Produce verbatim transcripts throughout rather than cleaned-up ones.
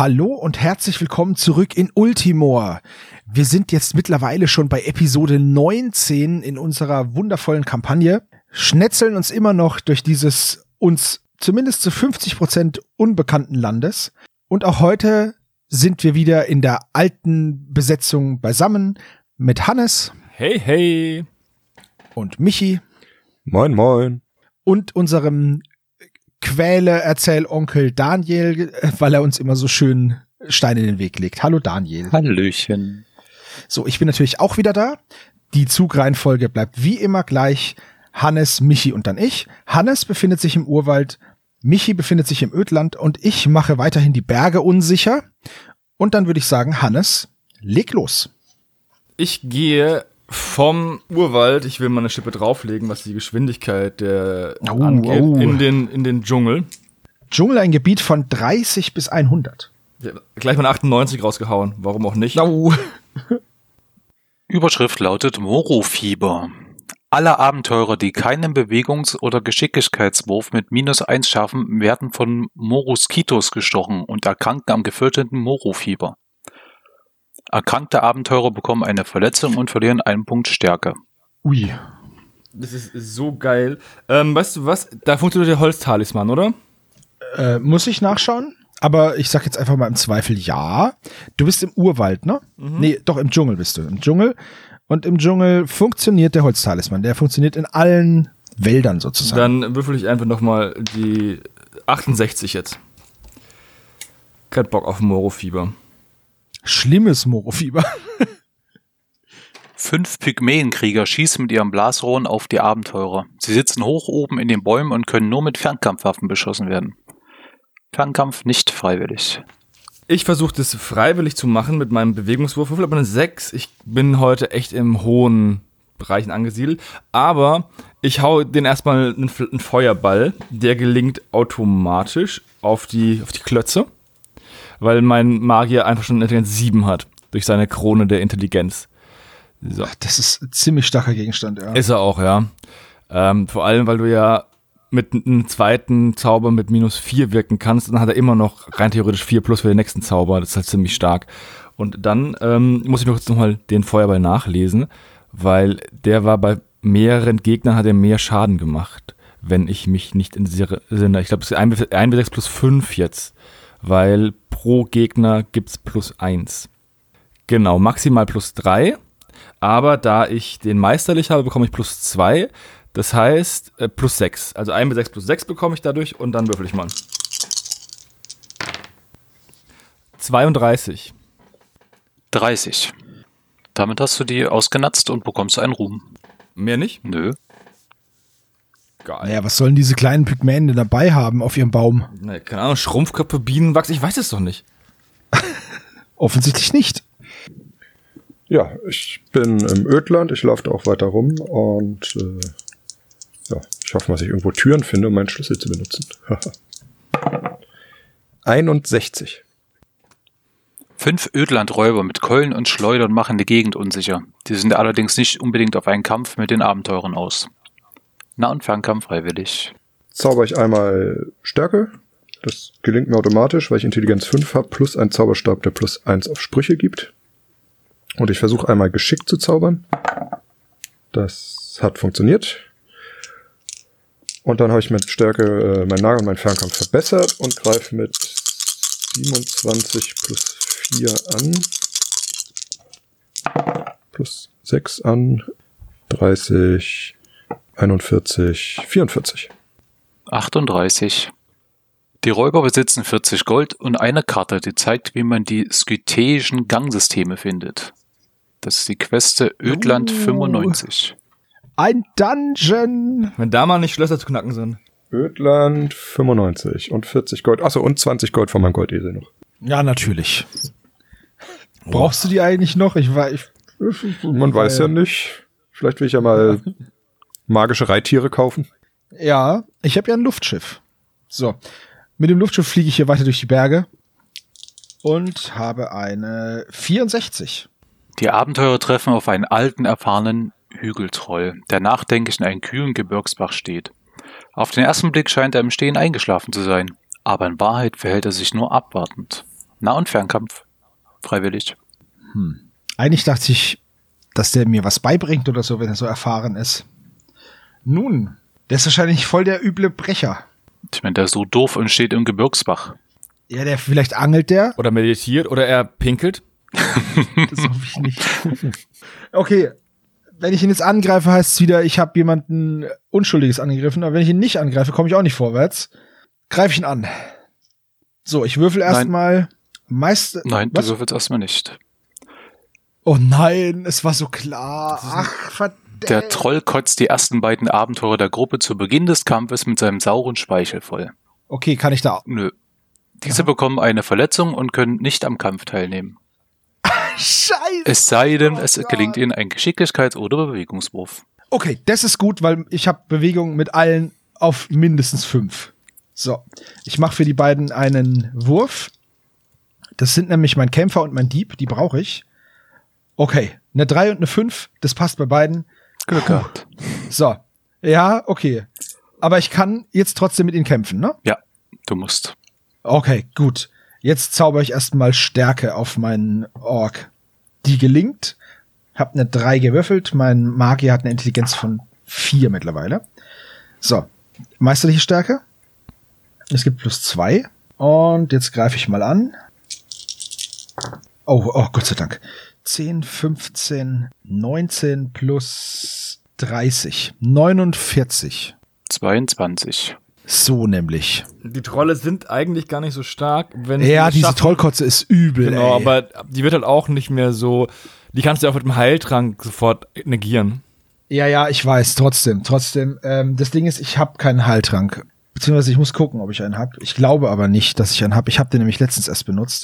Hallo und herzlich willkommen zurück in Ultimor. Wir sind jetzt mittlerweile schon bei Episode neunzehn in unserer wundervollen Kampagne, schnetzeln uns immer noch durch dieses uns zumindest zu fünfzig Prozent unbekannten Landes. Und auch heute sind wir wieder in der alten Besetzung beisammen mit Hannes. Hey, hey. Und Michi. Moin, moin. Und unserem Quäle-Erzählonkel Daniel, weil er uns immer so schön Steine in den Weg legt. Hallo Daniel. Hallöchen. So, ich bin natürlich auch wieder da. Die Zugreihenfolge bleibt wie immer gleich. Hannes, Michi und dann ich. Hannes befindet sich im Urwald, Michi befindet sich im Ödland und ich mache weiterhin die Berge unsicher. Und dann würde ich sagen, Hannes, leg los. Ich gehe vom Urwald, ich will mal eine Schippe drauflegen, was die Geschwindigkeit der oh, angeht, oh. in den, in den Dschungel. Dschungel, ein Gebiet von dreißig bis hundert. Ja, gleich mal eine achtundneunzig rausgehauen, warum auch nicht. Oh. Überschrift lautet Moro-Fieber. Alle Abenteurer, die keinen Bewegungs- oder Geschicklichkeitswurf mit minus eins schaffen, werden von Moruskitos gestochen und erkranken am gefürchteten Moro-Fieber. Erkrankte Abenteurer bekommen eine Verletzung und verlieren einen Punkt Stärke. Ui. Das ist so geil. Ähm, weißt du was? Da funktioniert der Holztalisman, oder? Äh, muss ich nachschauen? Aber ich sag jetzt einfach mal im Zweifel ja. Du bist im Urwald, ne? Mhm. Nee, doch, im Dschungel bist du. Im Dschungel. Und im Dschungel funktioniert der Holztalisman. Der funktioniert in allen Wäldern sozusagen. Dann würfel ich einfach nochmal die achtundsechzig jetzt. Kein Bock auf Moro-Fieber. Schlimmes Moro-Fieber. Fünf Pygmäenkrieger schießen mit ihren Blasrohren auf die Abenteurer. Sie sitzen hoch oben in den Bäumen und können nur mit Fernkampfwaffen beschossen werden. Fernkampf nicht freiwillig. Ich versuche das freiwillig zu machen mit meinem Bewegungswurf, würfel aber eine sechs. Ich bin heute echt im hohen Bereichen angesiedelt. Aber ich hau den erstmal einen, einen Feuerball. Der gelingt automatisch auf die, auf die Klötze. Weil mein Magier einfach schon Intelligenz sieben hat. Durch seine Krone der Intelligenz. So. Ach, das ist ein ziemlich starker Gegenstand, ja. Ist er auch, ja. Ähm, vor allem, weil du ja mit einem zweiten Zauber mit minus vier wirken kannst, dann hat er immer noch rein theoretisch vier plus für den nächsten Zauber. Das ist halt ziemlich stark. Und dann ähm, muss ich mir kurz nochmal den Feuerball nachlesen, weil der war bei mehreren Gegnern, hat er mehr Schaden gemacht, wenn ich mich nicht entsinne. Ich glaube, es ist eins bis sechs plus fünf jetzt, weil pro Gegner gibt's plus eins. Genau, maximal plus drei. Aber da ich den meisterlich habe, bekomme ich plus zwei. Das heißt, äh, plus sechs. Also eins bis sechs plus sechs bekomme ich dadurch und dann würfel ich mal. zweiunddreißig. dreißig. Damit hast du die ausgenutzt und bekommst einen Ruhm. Mehr nicht? Nö. Geil. Naja, was sollen diese kleinen Pygmäen denn dabei haben auf ihrem Baum? Nee, keine Ahnung, Schrumpfköpfe, Bienenwachs, ich weiß es doch nicht. Offensichtlich nicht. Ja, ich bin im Ödland, ich laufe da auch weiter rum und äh, ja, ich hoffe, dass ich irgendwo Türen finde, um meinen Schlüssel zu benutzen. einundsechzig. Fünf Ödlandräuber mit Keulen und Schleudern machen die Gegend unsicher. Die sind allerdings nicht unbedingt auf einen Kampf mit den Abenteurern aus. Nah- und Fernkampf freiwillig. Zauber ich einmal Stärke. Das gelingt mir automatisch, weil ich Intelligenz fünf habe, plus ein Zauberstab, der plus eins auf Sprüche gibt. Und ich versuche einmal geschickt zu zaubern. Das hat funktioniert. Und dann habe ich mit Stärke äh, mein Nah- und mein Fernkampf verbessert und greife mit siebenundzwanzig plus vier an. Plus sechs an. dreißig, einundvierzig, vierundvierzig. achtunddreißig. Die Räuber besitzen vierzig Gold und eine Karte, die zeigt, wie man die skytheischen Gangsysteme findet. Das ist die Queste Ödland Oh. fünfundneunzig. Ein Dungeon! Wenn da mal nicht Schlösser zu knacken sind. Ödland fünfundneunzig und vierzig Gold. Achso, und zwanzig Gold von meinem Goldesel noch. Ja, natürlich. Brauchst du die eigentlich noch? Ich weiß. Ich, Man weiß ja nicht. Vielleicht will ich ja mal magische Reittiere kaufen. Ja, ich habe ja ein Luftschiff. So, mit dem Luftschiff fliege ich hier weiter durch die Berge und habe eine vierundsechzig. Die Abenteurer treffen auf einen alten, erfahrenen Hügeltroll, der nachdenklich in einem kühlen Gebirgsbach steht. Auf den ersten Blick scheint er im Stehen eingeschlafen zu sein, aber in Wahrheit verhält er sich nur abwartend. Nah- und Fernkampf. Freiwillig. Hm. Eigentlich dachte ich, dass der mir was beibringt oder so, wenn er so erfahren ist. Nun, der ist wahrscheinlich voll der üble Brecher. Ich meine, der ist so doof und steht im Gebirgsbach. Ja, der vielleicht angelt der. Oder meditiert oder er pinkelt. Das hoffe ich nicht. Okay, wenn ich ihn jetzt angreife, heißt es wieder, ich habe jemanden Unschuldiges angegriffen. Aber wenn ich ihn nicht angreife, komme ich auch nicht vorwärts. Greife ich ihn an. So, ich würfel erstmal meist. Nein, was? du würfelst erstmal nicht. Oh nein, es war so klar. Ach, verdammt. Der Troll kotzt die ersten beiden Abenteurer der Gruppe zu Beginn des Kampfes mit seinem sauren Speichel voll. Okay, kann ich da. Nö. Diese ja. bekommen eine Verletzung und können nicht am Kampf teilnehmen. Scheiße. Es sei denn, es Oh gelingt ihnen ein Geschicklichkeits- oder Bewegungswurf. Okay, das ist gut, weil ich habe Bewegung mit allen auf mindestens fünf. So, ich mache für die beiden einen Wurf. Das sind nämlich mein Kämpfer und mein Dieb, die brauche ich. Okay, eine drei und eine fünf, das passt bei beiden. Glück gehabt. So, ja, okay. Aber ich kann jetzt trotzdem mit ihnen kämpfen, ne? Ja, du musst. Okay, gut. Jetzt zauber ich erstmal Stärke auf meinen Ork. Die gelingt. Hab eine drei gewürfelt. Mein Magier hat eine Intelligenz von vier mittlerweile. So, meisterliche Stärke. Es gibt plus zwei. Und jetzt greife ich mal an. Oh, oh, Gott sei Dank. zehn, fünfzehn, neunzehn plus dreißig. neunundvierzig. zweiundzwanzig. So nämlich. Die Trolle sind eigentlich gar nicht so stark, wenn Ja, sie es diese schaffen. Trollkotze ist übel. Genau, ey. aber die wird halt auch nicht mehr so. Die kannst du auch mit dem Heiltrank sofort negieren. Ja, ja, ich weiß, trotzdem, trotzdem. Ähm, das Ding ist, ich habe keinen Heiltrank. Beziehungsweise ich muss gucken, ob ich einen habe. Ich glaube aber nicht, dass ich einen habe. Ich habe den nämlich letztens erst benutzt.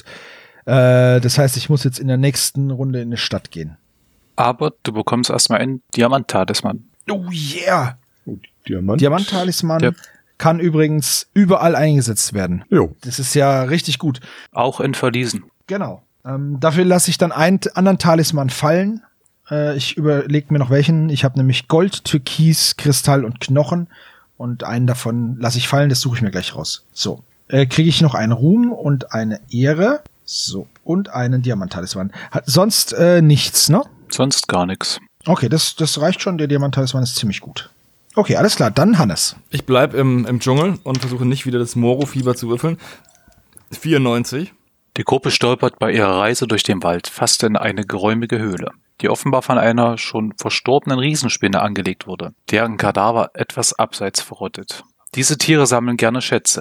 Äh, das heißt, ich muss jetzt in der nächsten Runde in die Stadt gehen. Aber du bekommst erstmal einen Diamant-Talisman. Oh yeah! Oh, Diamant. Diamant-Talisman Ja. kann übrigens überall eingesetzt werden. Jo. Das ist ja richtig gut. Auch in Verliesen. Genau. Ähm, dafür lasse ich dann einen t- anderen Talisman fallen. Äh, ich überlege mir noch welchen. Ich habe nämlich Gold, Türkis, Kristall und Knochen. Und einen davon lasse ich fallen, das suche ich mir gleich raus. So. Äh, kriege ich noch einen Ruhm und eine Ehre. So. Und einen Diamant-Talisman. Hat sonst äh, nichts, ne? Sonst gar nichts. Okay, das, das reicht schon. Der Diamant-Talisman ist ziemlich gut. Okay, alles klar. Dann Hannes. Ich bleib im, im Dschungel und versuche nicht wieder das Moro-Fieber zu würfeln. vierundneunzig. Die Gruppe stolpert bei ihrer Reise durch den Wald fast in eine geräumige Höhle, die offenbar von einer schon verstorbenen Riesenspinne angelegt wurde, deren Kadaver etwas abseits verrottet. Diese Tiere sammeln gerne Schätze.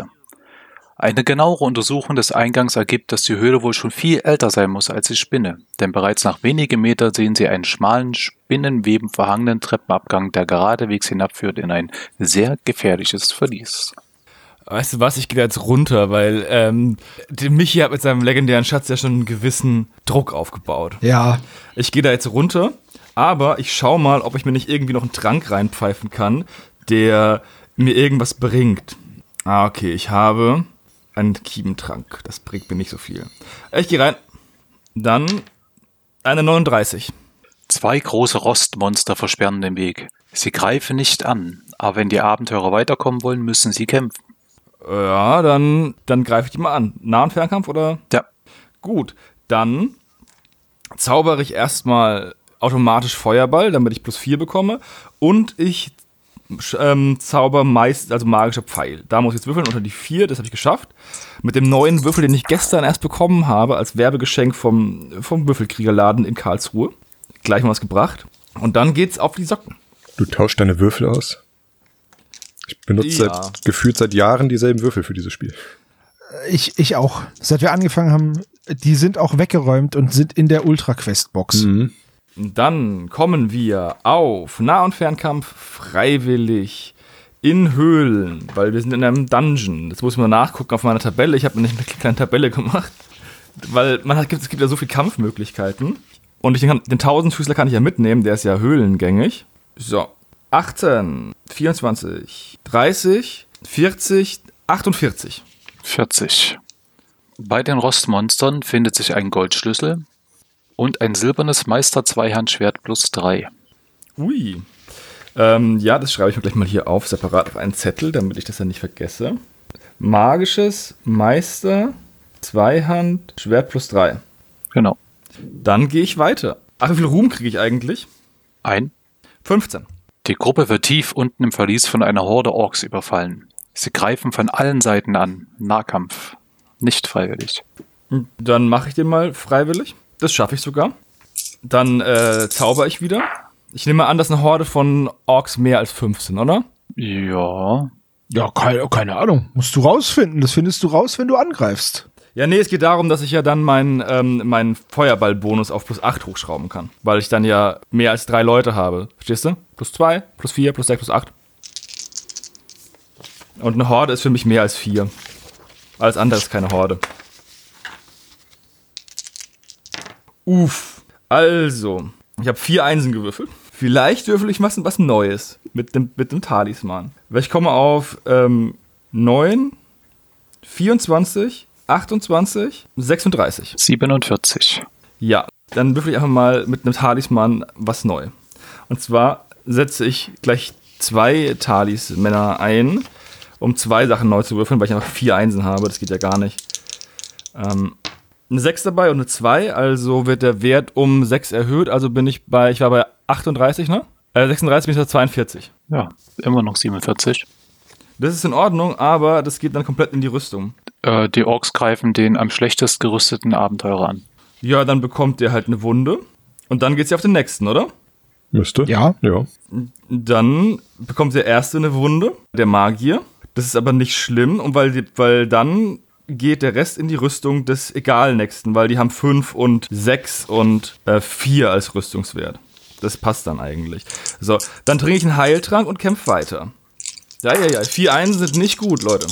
Eine genauere Untersuchung des Eingangs ergibt, dass die Höhle wohl schon viel älter sein muss als die Spinne, denn bereits nach wenigen Metern sehen sie einen schmalen, spinnenweben verhangenen Treppenabgang, der geradewegs hinabführt in ein sehr gefährliches Verlies. Weißt du was, ich gehe jetzt runter, weil ähm, der Michi hat mit seinem legendären Schatz ja schon einen gewissen Druck aufgebaut. Ja. Ich gehe da jetzt runter, aber ich schau mal, ob ich mir nicht irgendwie noch einen Trank reinpfeifen kann, der mir irgendwas bringt. Ah, okay, ich habe einen Kiebentrank. Das bringt mir nicht so viel. Ich gehe rein. Dann eine neununddreißig. Zwei große Rostmonster versperren den Weg. Sie greifen nicht an, aber wenn die Abenteurer weiterkommen wollen, müssen sie kämpfen. Ja, dann, dann greife ich die mal an. Nah- und Fernkampf oder? Ja. Gut, dann zaubere ich erstmal automatisch Feuerball, damit ich plus vier bekomme. Und ich ähm, zauber meist, also magischer Pfeil. Da muss ich jetzt würfeln unter die vier, das habe ich geschafft. Mit dem neuen Würfel, den ich gestern erst bekommen habe, als Werbegeschenk vom, vom Würfelkriegerladen in Karlsruhe. Gleich mal was gebracht. Und dann geht's auf die Socken. Du tauschst deine Würfel aus? Ich benutze Ja. seit, gefühlt seit Jahren dieselben Würfel für dieses Spiel. Ich, ich auch. Seit wir angefangen haben, die sind auch weggeräumt und sind in der Ultra-Quest-Box. Mhm. Dann kommen wir auf Nah- und Fernkampf freiwillig in Höhlen, weil wir sind in einem Dungeon. Das muss ich mal nachgucken auf meiner Tabelle. Ich habe mir eine kleine Tabelle gemacht, weil man hat, es gibt ja so viele Kampfmöglichkeiten. Und ich kann, den Tausendfüßler kann ich ja mitnehmen, der ist ja höhlengängig. So, achtzehn, vierundzwanzig, dreißig, vierzig, achtundvierzig. vierzig. Bei den Rostmonstern findet sich ein Goldschlüssel und ein silbernes Meister-Zweihandschwert plus drei. Ui. Ähm, ja, das schreibe ich mir gleich mal hier auf, separat auf einen Zettel, damit ich das dann nicht vergesse. Magisches Meister Zweihand, Schwert plus drei. Genau. Dann gehe ich weiter. Ach, wie viel Ruhm kriege ich eigentlich? Ein. fünfzehn. Die Gruppe wird tief unten im Verlies von einer Horde Orks überfallen. Sie greifen von allen Seiten an. Nahkampf. Nicht freiwillig. Dann mache ich den mal freiwillig. Das schaffe ich sogar. Dann äh, zauber ich wieder. Ich nehme an, dass eine Horde von Orks mehr als fünfzehn, oder? Ja. Ja, keine, keine Ahnung. Musst du rausfinden. Das findest du raus, wenn du angreifst. Ja, nee, es geht darum, dass ich ja dann meinen ähm, meinen Feuerball-Bonus auf plus acht hochschrauben kann. Weil ich dann ja mehr als drei Leute habe. Verstehst du? Plus zwei, plus vier, plus sechs, plus acht. Und eine Horde ist für mich mehr als vier. Alles andere ist keine Horde. Uff. Also, ich habe vier Einsen gewürfelt. Vielleicht würfel ich was, was Neues mit dem, mit dem Talisman. Weil ich komme auf ähm, neun, vierundzwanzig, achtundzwanzig, sechsunddreißig. siebenundvierzig. Ja, dann würfel ich einfach mal mit einem Talisman was neu. Und zwar setze ich gleich zwei Talismänner ein, um zwei Sachen neu zu würfeln, weil ich einfach vier Einsen habe. Das geht ja gar nicht. Ähm, eine sechs dabei und eine zwei, also wird der Wert um sechs erhöht. Also bin ich bei, ich war bei achtunddreißig, ne? Äh, sechsunddreißig bin ich bei zweiundvierzig. Ja, immer noch siebenundvierzig. Das ist in Ordnung, aber das geht dann komplett in die Rüstung. Äh, die Orks greifen den am schlechtest gerüsteten Abenteurer an. Ja, dann bekommt der halt eine Wunde. Und dann geht's ja auf den nächsten, oder? Müsste. Ja. Ja. Dann bekommt der erste eine Wunde, der Magier. Das ist aber nicht schlimm, und weil, die, weil dann geht der Rest in die Rüstung des Egal-Nächsten, weil die haben fünf und sechs und vier als Rüstungswert. Das passt dann eigentlich. So, dann trinke ich einen Heiltrank und kämpfe weiter. Ja, ja, ja, vier Einsen sind nicht gut, Leute.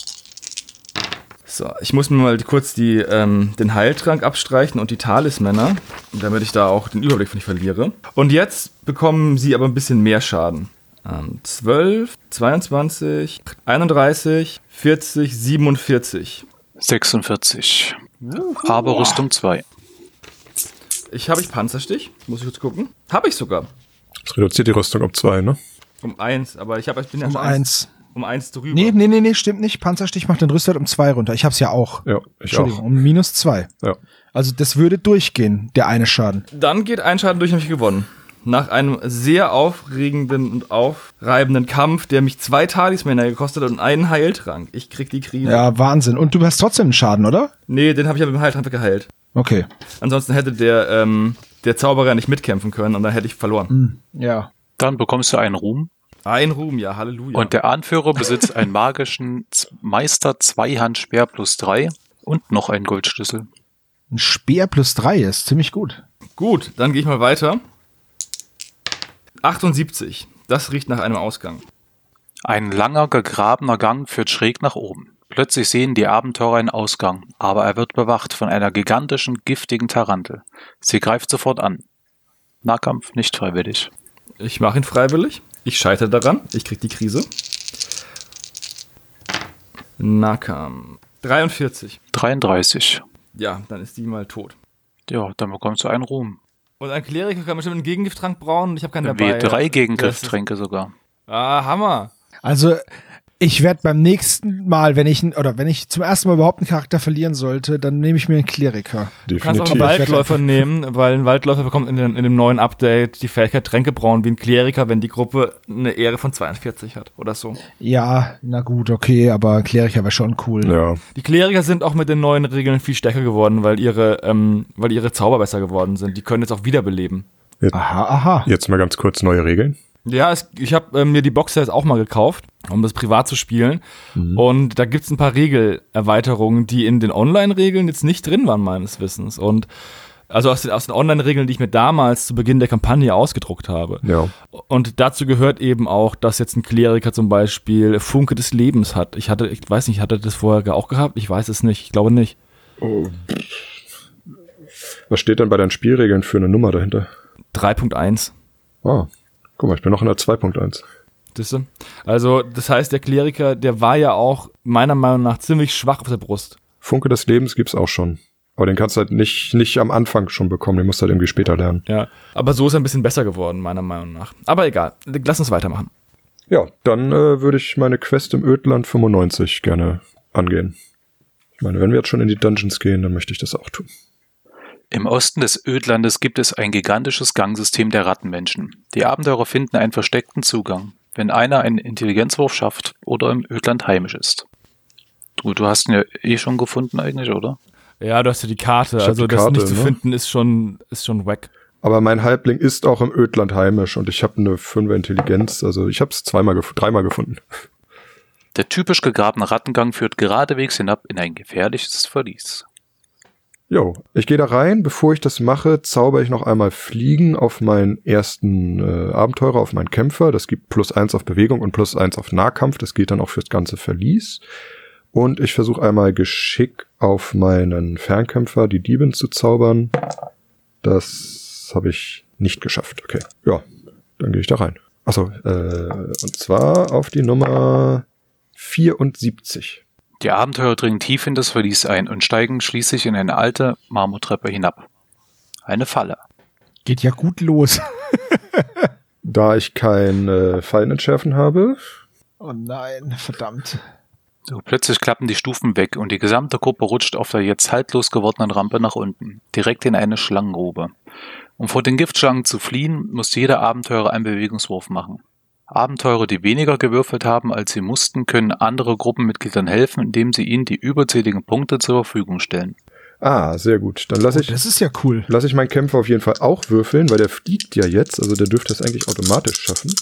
So, ich muss mir mal kurz die, ähm, den Heiltrank abstreichen und die Talismänner, damit ich da auch den Überblick nicht verliere. Und jetzt bekommen sie aber ein bisschen mehr Schaden. Ähm, zwölf, zweiundzwanzig, einunddreißig, vierzig, siebenundvierzig. sechsundvierzig. Aber Rüstung zwei. Ich habe ich Panzerstich, muss ich kurz gucken. Habe ich sogar. Das reduziert die Rüstung um zwei, ne? Um eins, aber ich, hab, ich bin ja Um schon eins. um eins drüber. Nee, nee, nee, nee, stimmt nicht. Panzerstich macht den Rüstwert um zwei runter. Ich hab's ja auch. Ja, ich Entschuldigung, auch. um minus zwei. Ja. Also das würde durchgehen, der eine Schaden. Dann geht ein Schaden durch, habe ich gewonnen. Nach einem sehr aufregenden und aufreibenden Kampf, der mich zwei Talismänner gekostet hat und einen Heiltrank. Ich krieg die Krise. Ja, Wahnsinn. Und du hast trotzdem einen Schaden, oder? Nee, den habe ich aber mit dem Heiltrank geheilt. Okay. Ansonsten hätte der, ähm, der Zauberer nicht mitkämpfen können und dann hätte ich verloren. Hm, ja. Dann bekommst du einen Ruhm. Ein Ruhm, ja, Halleluja. Und der Anführer besitzt einen magischen Z- Meister Zweihand-Speer plus drei und noch einen Goldschlüssel. Ein Speer plus drei ist ziemlich gut. Gut, dann gehe ich mal weiter. achtundsiebzig. Das riecht nach einem Ausgang. Ein langer, gegrabener Gang führt schräg nach oben. Plötzlich sehen die Abenteurer einen Ausgang, aber er wird bewacht von einer gigantischen, giftigen Tarantel. Sie greift sofort an. Nahkampf nicht freiwillig. Ich mache ihn freiwillig. Ich scheitere daran. Ich krieg die Krise. Nahkampf. dreiundvierzig. dreiunddreißig. Ja, dann ist die mal tot. Ja, dann bekommst du einen Ruhm. Und ein Kleriker kann bestimmt einen Gegengifttrank brauen und ich habe keinen dabei. W drei Ja. Gegengrifftränke sogar. Ah, Hammer. Also ich werde beim nächsten Mal, wenn ich oder wenn ich zum ersten Mal überhaupt einen Charakter verlieren sollte, dann nehme ich mir einen Kleriker. Du kannst auch Definitiv. einen Waldläufer nehmen, weil ein Waldläufer bekommt in, den, in dem neuen Update die Fähigkeit Tränke brauen wie ein Kleriker, wenn die Gruppe eine Ehre von zweiundvierzig hat oder so. Ja, na gut, okay, aber Kleriker wäre schon cool. Ja. Die Kleriker sind auch mit den neuen Regeln viel stärker geworden, weil ihre, ähm, weil ihre Zauber besser geworden sind. Die können jetzt auch wiederbeleben. Aha, aha. Jetzt mal ganz kurz neue Regeln. Ja, es, ich habe äh, mir die Box jetzt auch mal gekauft, um das privat zu spielen. Mhm. Und da gibt's ein paar Regelerweiterungen, die in den Online-Regeln jetzt nicht drin waren, meines Wissens. Und also aus den, aus den Online-Regeln, die ich mir damals zu Beginn der Kampagne ausgedruckt habe. Ja. Und dazu gehört eben auch, dass jetzt ein Kleriker zum Beispiel Funke des Lebens hat. Ich hatte, ich weiß nicht, hat er das vorher auch gehabt? Ich weiß es nicht. Ich glaube nicht. Oh. Was steht denn bei deinen Spielregeln für eine Nummer dahinter? drei Punkt eins. Ah, guck mal, ich bin noch in der zwei Punkt eins. Siehste? Also, das heißt, der Kleriker, der war ja auch meiner Meinung nach ziemlich schwach auf der Brust. Funke des Lebens gibt's auch schon. Aber den kannst du halt nicht, nicht am Anfang schon bekommen, den musst du halt irgendwie später lernen. Ja, aber so ist er ein bisschen besser geworden, meiner Meinung nach. Aber egal, lass uns weitermachen. Ja, dann äh, würde ich meine Quest im Ödland fünfundneunzig gerne angehen. Ich meine, wenn wir jetzt schon in die Dungeons gehen, dann möchte ich das auch tun. Im Osten des Ödlandes gibt es ein gigantisches Gangsystem der Rattenmenschen. Die Abenteurer finden einen versteckten Zugang, wenn einer einen Intelligenzwurf schafft oder im Ödland heimisch ist. Du, du hast ihn ja eh schon gefunden eigentlich, oder? Ja, du hast ja die Karte, Ich hab also die das Karte, nicht zu ne? finden ist schon, ist schon wack. Aber mein Halbling ist auch im Ödland heimisch und ich habe eine fünfer Intelligenz, also ich habe es zweimal, gef- dreimal gefunden. Der typisch gegrabene Rattengang führt geradewegs hinab in ein gefährliches Verlies. Jo, ich gehe da rein. Bevor ich das mache, zauber ich noch einmal Fliegen auf meinen ersten äh, Abenteurer, auf meinen Kämpfer. Das gibt plus eins auf Bewegung und plus eins auf Nahkampf. Das geht dann auch fürs ganze Verlies. Und ich versuche einmal Geschick auf meinen Fernkämpfer, die Diebin, zu zaubern. Das habe ich nicht geschafft. Okay, ja, dann gehe ich da rein. Achso, äh, und zwar auf die Nummer vierundsiebzig. Die Abenteurer dringen tief in das Verlies ein und steigen schließlich in eine alte Marmortreppe hinab. Eine Falle. Geht ja gut los. Da ich kein äh, Fallenentschärfen habe, Oh nein, verdammt. So, plötzlich klappen die Stufen weg und die gesamte Gruppe rutscht auf der jetzt haltlos gewordenen Rampe nach unten, direkt in eine Schlangengrube. Um vor den Giftschlangen zu fliehen, muss jeder Abenteurer einen Bewegungswurf machen. Abenteurer, die weniger gewürfelt haben, als sie mussten, können andere Gruppenmitgliedern helfen, indem sie ihnen die überzähligen Punkte zur Verfügung stellen. Ah, sehr gut. Dann lasse Oh, ich, das ist ja cool. lass ich meinen Kämpfer auf jeden Fall auch würfeln, weil der fliegt ja jetzt, also der dürfte es eigentlich automatisch schaffen.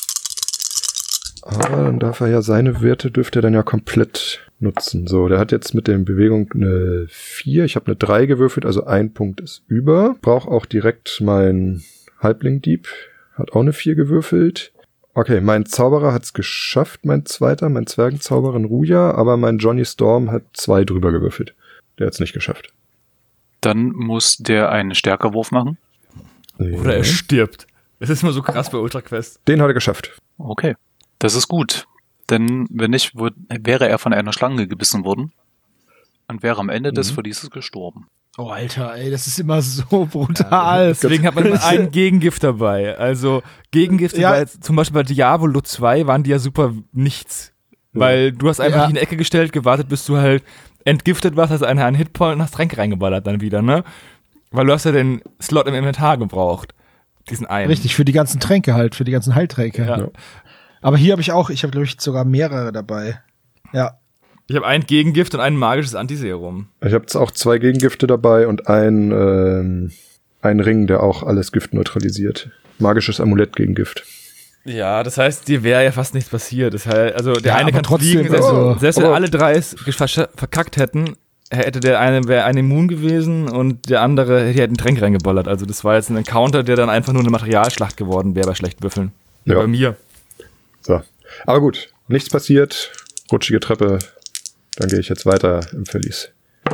Aber dann darf er ja seine Werte, dürfte er dann ja komplett nutzen. So, der hat jetzt mit der Bewegung eine vier, ich habe eine drei gewürfelt, also ein Punkt ist über. Brauche auch direkt mein Halbling-Dieb, hat auch eine vier gewürfelt. Okay, mein Zauberer hat's geschafft, mein zweiter, mein Zwergenzauberin Ruja, aber mein Johnny Storm hat zwei drüber gewürfelt. Der hat's nicht geschafft. Dann muss der einen Stärkerwurf machen. Oder er stirbt. Das ist immer so krass bei Ultra Quest. Den hat er geschafft. Okay, das ist gut. Denn wenn nicht, würd, wäre er von einer Schlange gebissen worden und wäre am Ende des Verlieses gestorben. Oh, Alter, ey, das ist immer so brutal. Deswegen hat man immer einen Gegengift dabei. Also Gegengifte, Ja. bei, zum Beispiel bei Diablo zwei waren die ja super nichts. Weil du hast einfach Ja. in die Ecke gestellt, gewartet, bis du halt entgiftet warst, hast einer einen Hitpoint und hast Tränke reingeballert dann wieder, ne? Weil du hast ja den Slot im Inventar gebraucht. Diesen einen. Richtig, für die ganzen Tränke halt, für die ganzen Heiltränke. Ja. Ja. Aber hier habe ich auch, ich habe glaube ich sogar mehrere dabei. Ja. Ich habe ein Gegengift und ein magisches Antiserum. Ich habe jetzt auch zwei Gegengifte dabei und ein, ähm, ein Ring, der auch alles Gift neutralisiert. Magisches Amulett gegen Gift. Ja, das heißt, dir wäre ja fast nichts passiert. Das heißt, also der Ja, eine aber kann trotzdem, fliegen, selbst, also- selbst wenn aber- alle drei es gesch- verkackt hätten, hätte der eine wäre ein immun gewesen und der andere hätte einen Tränk reingeballert. Also das war jetzt ein Encounter, der dann einfach nur eine Materialschlacht geworden wäre bei schlechten Würfeln. Ja. Bei mir. So. Aber gut, nichts passiert. Rutschige Treppe. Dann gehe ich jetzt weiter im Verlies.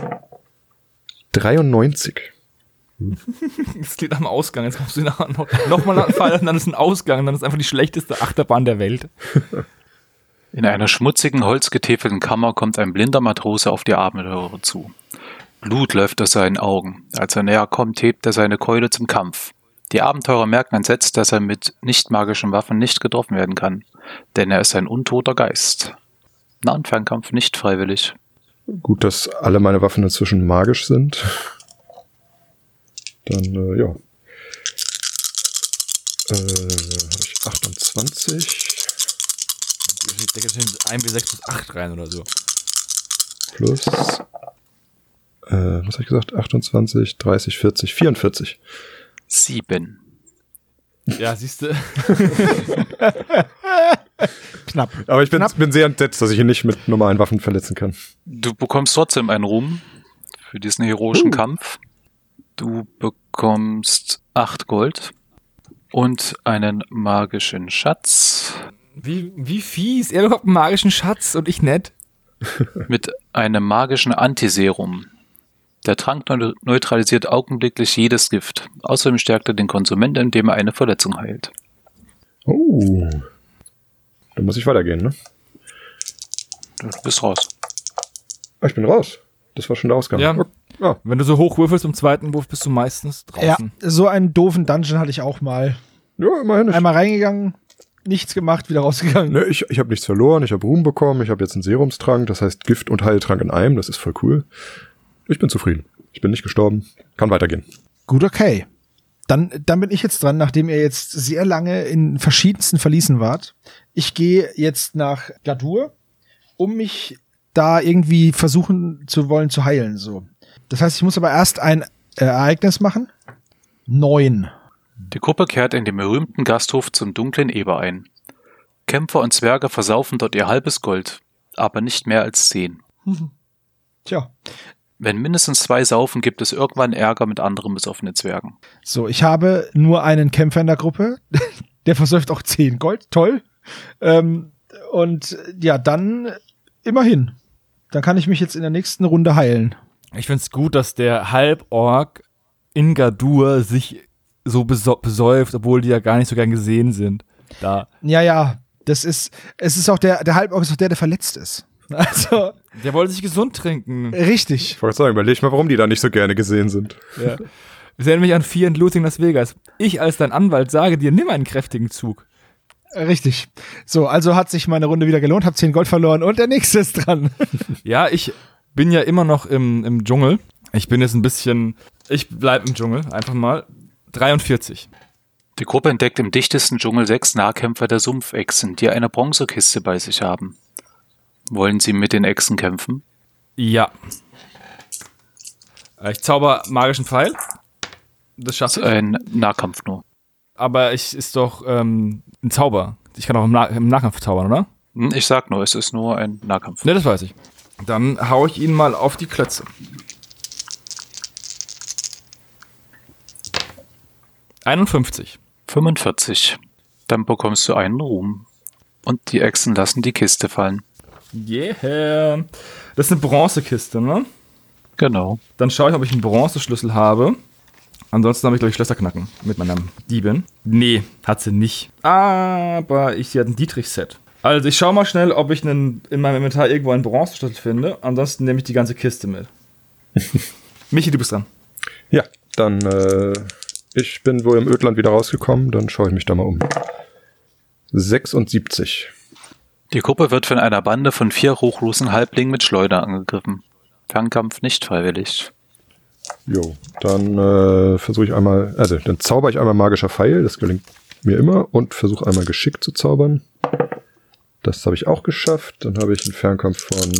dreiundneunzig. Es geht am Ausgang. Jetzt kommst du noch, noch, noch mal nach dem Fall und dann ist ein Ausgang und dann ist einfach die schlechteste Achterbahn der Welt. In einer schmutzigen, holzgetäfelten Kammer kommt ein blinder Matrose auf die Abenteurer zu. Blut läuft aus seinen Augen. Als er näher kommt, hebt er seine Keule zum Kampf. Die Abenteurer merken entsetzt, dass er mit nicht magischen Waffen nicht getroffen werden kann, denn er ist ein untoter Geist. Nah- und Fernkampf nicht freiwillig. Gut, dass alle meine Waffen inzwischen magisch sind. Dann, äh, ja. Äh, habe ich achtundzwanzig Da geht ein bis sechs plus acht rein oder so. plus, äh, was habe ich gesagt? achtundzwanzig, dreißig, vierzig, vierundvierzig. Sieben. Ja, siehst du. Knapp. Aber ich bin, Knapp. bin sehr entsetzt, dass ich ihn nicht mit normalen Waffen verletzen kann. Du bekommst trotzdem einen Ruhm für diesen heroischen Uh. Kampf. Du bekommst acht Gold und einen magischen Schatz Wie, wie fies. Er bekommt einen magischen Schatz und ich nicht. mit einem magischen Antiserum. Der Trank neu- neutralisiert augenblicklich jedes Gift. Außerdem stärkt er den Konsumenten, indem er eine Verletzung heilt. Oh. Dann muss ich weitergehen, ne? Du bist raus. Ah, ich bin raus. Das war schon der Ausgang. Ja. Oh, ah. Wenn du so hoch würfelst im zweiten Wurf, bist du meistens Ja, draußen. so einen doofen Dungeon hatte ich auch mal. Ja, immerhin. Ich, Einmal reingegangen, nichts gemacht, wieder rausgegangen. Ne, ich ich habe nichts verloren, ich habe Ruhm bekommen, ich habe jetzt einen Serumstrank, das heißt Gift- und Heiltrank in einem, das ist voll cool. Ich bin zufrieden. Ich bin nicht gestorben, kann weitergehen. Gut, okay. Dann, dann bin ich jetzt dran, nachdem ihr jetzt sehr lange in verschiedensten Verließen wart. Ich gehe jetzt nach Gadur, um mich da irgendwie versuchen zu wollen zu heilen. So. Das heißt, ich muss aber erst ein Ereignis machen. Neun. Die Gruppe kehrt in den berühmten Gasthof zum dunklen Eber ein. Kämpfer und Zwerge versaufen dort ihr halbes Gold, aber nicht mehr als zehn. Tja. Wenn mindestens zwei saufen, gibt es irgendwann Ärger mit anderen besoffenen Zwergen. So, ich habe nur einen Kämpfer in der Gruppe. Der versäuft auch zehn Gold. Toll. Ähm, und ja, dann immerhin. Dann kann ich mich jetzt in der nächsten Runde heilen. Ich find's gut, dass der Halborg in Gadur sich so beso- besäuft, obwohl die ja gar nicht so gern gesehen sind. Da. Ja, ja. Das ist, es ist auch der, der Halborg ist auch der, der verletzt ist. Also. Der wollte sich gesund trinken. Richtig. Ich wollte sagen, überleg mal, warum die da nicht so gerne gesehen sind. Ja. Ich erinnere mich an Fear and Loathing Las Vegas. Ich als dein Anwalt sage dir, nimm einen kräftigen Zug. Richtig. So, also hat sich meine Runde wieder gelohnt, hab zehn Gold verloren und der nächste ist dran. Ja, ich bin ja immer noch im, im Dschungel. Ich bin jetzt ein bisschen, ich bleib im Dschungel, einfach mal. dreiundvierzig. Die Gruppe entdeckt im dichtesten Dschungel sechs Nahkämpfer der Sumpfechsen, die eine Bronzekiste bei sich haben. Wollen sie mit den Echsen kämpfen? Ja. Ich zauber magischen Pfeil. Das schaffe ich. Ein Nahkampf nur. Aber ich ist doch ähm, ein Zauber. Ich kann auch im, Na- im Nahkampf zaubern, oder? Hm, Ich sag nur, es ist nur ein Nahkampf. Ne, das weiß ich. Dann hau ich ihn mal auf die Klötze. einundfünfzig. fünfundvierzig. Dann bekommst du einen Ruhm. Und die Echsen lassen die Kiste fallen. Yeah. Das ist eine Bronzekiste, ne? Genau. Dann schaue ich, ob ich einen Bronzeschlüssel habe. Ansonsten habe ich, glaube ich, Schlösserknacken mit meiner Diebin. Nee, hat sie nicht. Aber ich, sie hat ein Dietrich-Set. Also ich schaue mal schnell, ob ich einen, in meinem Inventar irgendwo einen Bronzeschlüssel finde. Ansonsten nehme ich die ganze Kiste mit. Michi, du bist dran. Ja, dann, äh, ich bin wohl im Ödland wieder rausgekommen, dann schaue ich mich da mal um. sechsundsiebzig. Die Gruppe wird von einer Bande von vier ruchlosen Halblingen mit Schleuder angegriffen. Fernkampf nicht freiwillig. Jo, dann äh, versuche ich einmal, also dann zauber ich einmal magischer Pfeil, das gelingt mir immer, und versuche einmal geschickt zu zaubern. Das habe ich auch geschafft. Dann habe ich einen Fernkampf von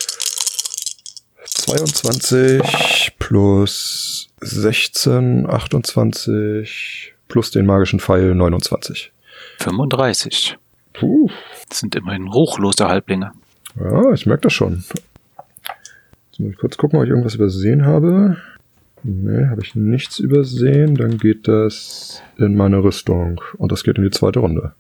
zweiundzwanzig plus sechzehn, achtundzwanzig plus den magischen Pfeil neunundzwanzig. fünfunddreißig. Puh. Das sind immerhin ruchlose Halblinge. Ja, ich merke das schon. Jetzt muss ich kurz gucken, ob ich irgendwas übersehen habe. Nee, habe ich nichts übersehen. Dann geht das in meine Rüstung. Und das geht in die zweite Runde.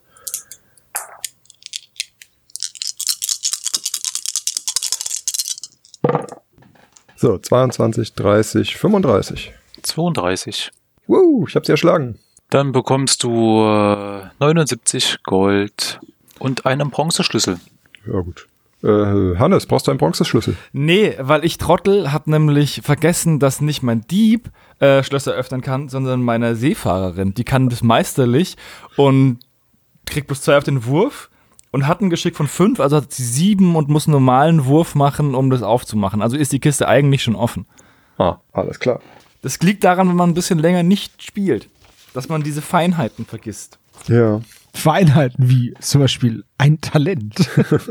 So, zweiundzwanzig, dreißig, fünfunddreißig. zweiunddreißig. Woo, ich habe sie erschlagen. Dann bekommst du äh, neunundsiebzig Gold und einen Bronzeschlüssel. Ja, gut. Äh, Hannes, brauchst du einen Bronzeschlüssel? Nee, weil ich Trottel hab nämlich vergessen, dass nicht mein Dieb äh, Schlösser öffnen kann, sondern meine Seefahrerin. Die kann das meisterlich und kriegt plus zwei auf den Wurf und hat ein Geschick von fünf, also hat sie sieben und muss einen normalen Wurf machen, um das aufzumachen. Also ist die Kiste eigentlich schon offen. Ah, alles klar. Das liegt daran, wenn man ein bisschen länger nicht spielt, dass man diese Feinheiten vergisst. Ja. Feinheiten wie zum Beispiel ein Talent.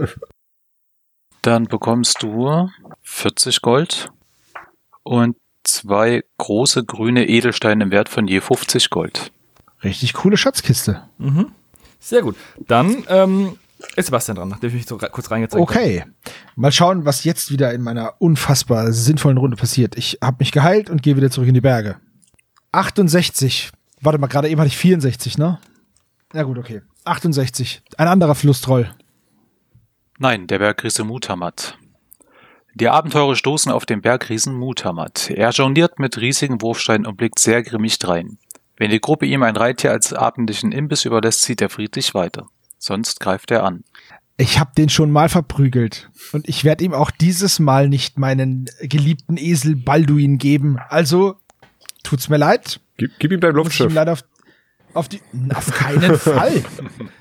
Dann bekommst du vierzig Gold und zwei große grüne Edelsteine im Wert von je fünfzig Gold. Richtig coole Schatzkiste. Mhm. Sehr gut. Dann ähm, ist Sebastian dran, nachdem ich mich so ra- kurz reingezeigt habe. Okay. Mal schauen, was jetzt wieder in meiner unfassbar sinnvollen Runde passiert. Ich habe mich geheilt und gehe wieder zurück in die Berge. achtundsechzig. Warte mal, gerade eben hatte ich vierundsechzig, ne? Na gut, okay. achtundsechzig. Ein anderer Flusstroll. Nein, der Bergriese Mutamat. Die Abenteurer stoßen auf den Bergriesen Mutamat. Er jongliert mit riesigen Wurfsteinen und blickt sehr grimmig drein. Wenn die Gruppe ihm ein Reittier als abendlichen Imbiss überlässt, zieht er friedlich weiter. Sonst greift er an. Ich habe den schon mal verprügelt. Und ich werde ihm auch dieses Mal nicht meinen geliebten Esel Balduin geben. Also, tut's mir leid. Gib, gib ihm dein Muss ich ihm Luftschiff. leider auf, auf die... Auf keinen Fall.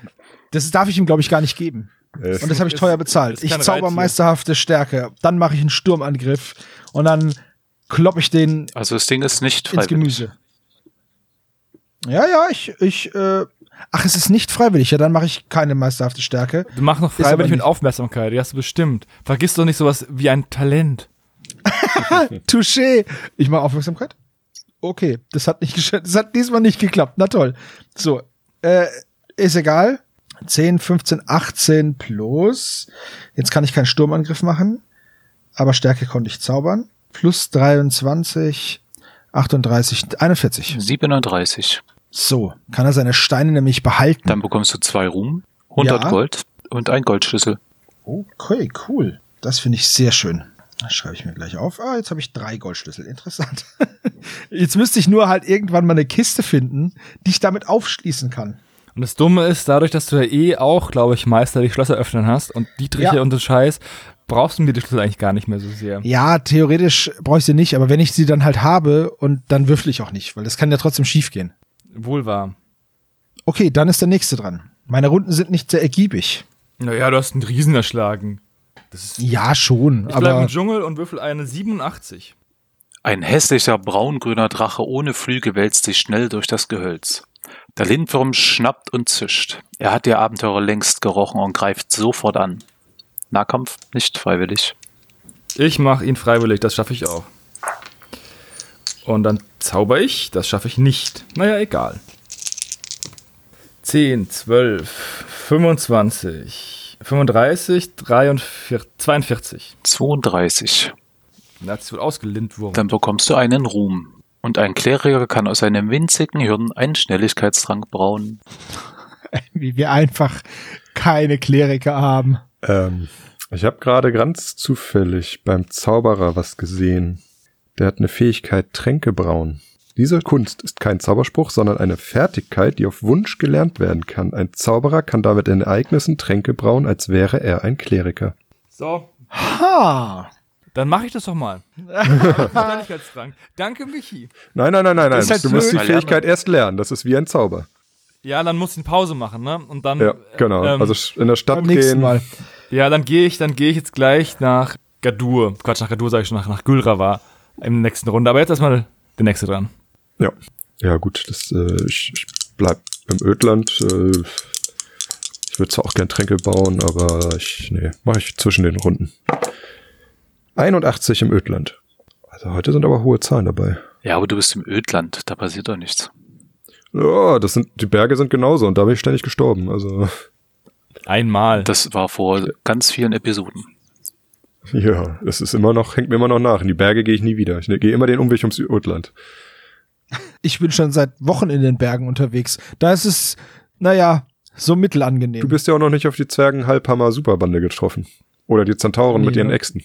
Das darf ich ihm, glaube ich, gar nicht geben. Äh, Und das habe ich teuer bezahlt. Ich zauber Reiz meisterhafte Stärke. Dann mache ich einen Sturmangriff. Und dann klopp ich den Also das Ding ist nicht ins freiwillig. Gemüse. Ja, ja, ich, ich, äh, ach, es ist nicht freiwillig. Ja, dann mache ich keine meisterhafte Stärke. Du machst noch Ist aber freiwillig mit nicht. Aufmerksamkeit, die hast du bestimmt. Vergiss doch nicht sowas wie ein Talent. Touché. Ich mache Aufmerksamkeit. Okay, das hat nicht gesch- das hat diesmal nicht geklappt. Na toll. So, äh, ist egal. zehn, fünfzehn, achtzehn plus. Jetzt kann ich keinen Sturmangriff machen. Aber Stärke konnte ich zaubern. Plus dreiundzwanzig, achtunddreißig, einundvierzig. siebenunddreißig. So, kann er seine Steine nämlich behalten. Dann bekommst du zwei Ruhm, hundert Ja. Gold und ein Goldschlüssel. Okay, cool. Das finde ich sehr schön. Das schreibe ich mir gleich auf. Ah, jetzt habe ich drei Goldschlüssel. Interessant. Jetzt müsste ich nur halt irgendwann mal eine Kiste finden, die ich damit aufschließen kann. Und das Dumme ist, dadurch, dass du ja eh auch, glaube ich, meisterlich Schlösser öffnen hast und Dietriche Ja. und so Scheiß, brauchst du mir die Schlüssel eigentlich gar nicht mehr so sehr. Ja, theoretisch brauche ich sie nicht, aber wenn ich sie dann halt habe und dann würfel ich auch nicht, weil das kann ja trotzdem schief gehen. Wohl wahr. Okay, dann ist der nächste dran. Meine Runden sind nicht sehr ergiebig. Naja, du hast einen Riesen erschlagen. Das ist, Ja, schon, ich bleibe aber im Dschungel und würfel eine siebenundachtzig. Ein hässlicher braungrüner Drache ohne Flügel wälzt sich schnell durch das Gehölz. Der Lindwurm schnappt und zischt. Er hat die Abenteurer längst gerochen und greift sofort an. Nahkampf nicht freiwillig. Ich mache ihn freiwillig, das schaffe ich auch. Und dann zauber ich, das schaffe ich nicht. Naja, egal. zehn, zwölf, fünfundzwanzig, fünfunddreißig, dreiundvierzig, zweiundvierzig. zweiunddreißig. Da hat sich wohl ausgelindwurmt. Dann bekommst du einen Ruhm. Und ein Kleriker kann aus einem winzigen Hirn einen Schnelligkeitstrank brauen. wie wir einfach keine Kleriker haben. Ähm, ich habe gerade ganz zufällig beim Zauberer was gesehen. Der hat eine Fähigkeit Tränke brauen. Diese Kunst ist kein Zauberspruch, sondern eine Fertigkeit, die auf Wunsch gelernt werden kann. Ein Zauberer kann damit in Ereignissen Tränke brauen, als wäre er ein Kleriker. So, Ha! dann mache ich das doch mal. Schnelligkeitstrank. Danke, Michi. Nein, nein, nein, nein, nein. Ist halt Du musst die blöd. Fähigkeit erst lernen. Das ist wie ein Zauber. Ja, dann muss ich eine Pause machen, ne? Und dann, Ja, genau. ähm, Also in der Stadt Beim nächsten gehen. Mal. ja, dann gehe ich, dann gehe ich jetzt gleich nach Gadur. Quatsch, nach Gadur sage ich schon, nach, nach Gülrawa in der nächsten Runde. Aber jetzt erstmal der nächste dran. Ja. Ja, gut. Das, äh, ich, ich bleib im Ödland. Äh, ich würde zwar auch gern Tränke bauen, aber ich, nee, mache ich zwischen den Runden. einundachtzig im Ödland. Also heute sind aber hohe Zahlen dabei. Ja, aber du bist im Ödland, da passiert doch nichts. Ja, das sind, die Berge sind genauso und da bin ich ständig gestorben. Also, Einmal. Das war vor ganz vielen Episoden. ja, das ist immer noch, hängt mir immer noch nach. In die Berge gehe ich nie wieder. Ich ne, gehe immer den Umweg ums Ödland. Ich bin schon seit Wochen in den Bergen unterwegs. Da ist es, naja, so mittelangenehm. Du bist ja auch noch nicht auf die Zwergen-Halbhammer-Superbande getroffen. Oder die Zentauren Nee, mit ihren ne? Äxten.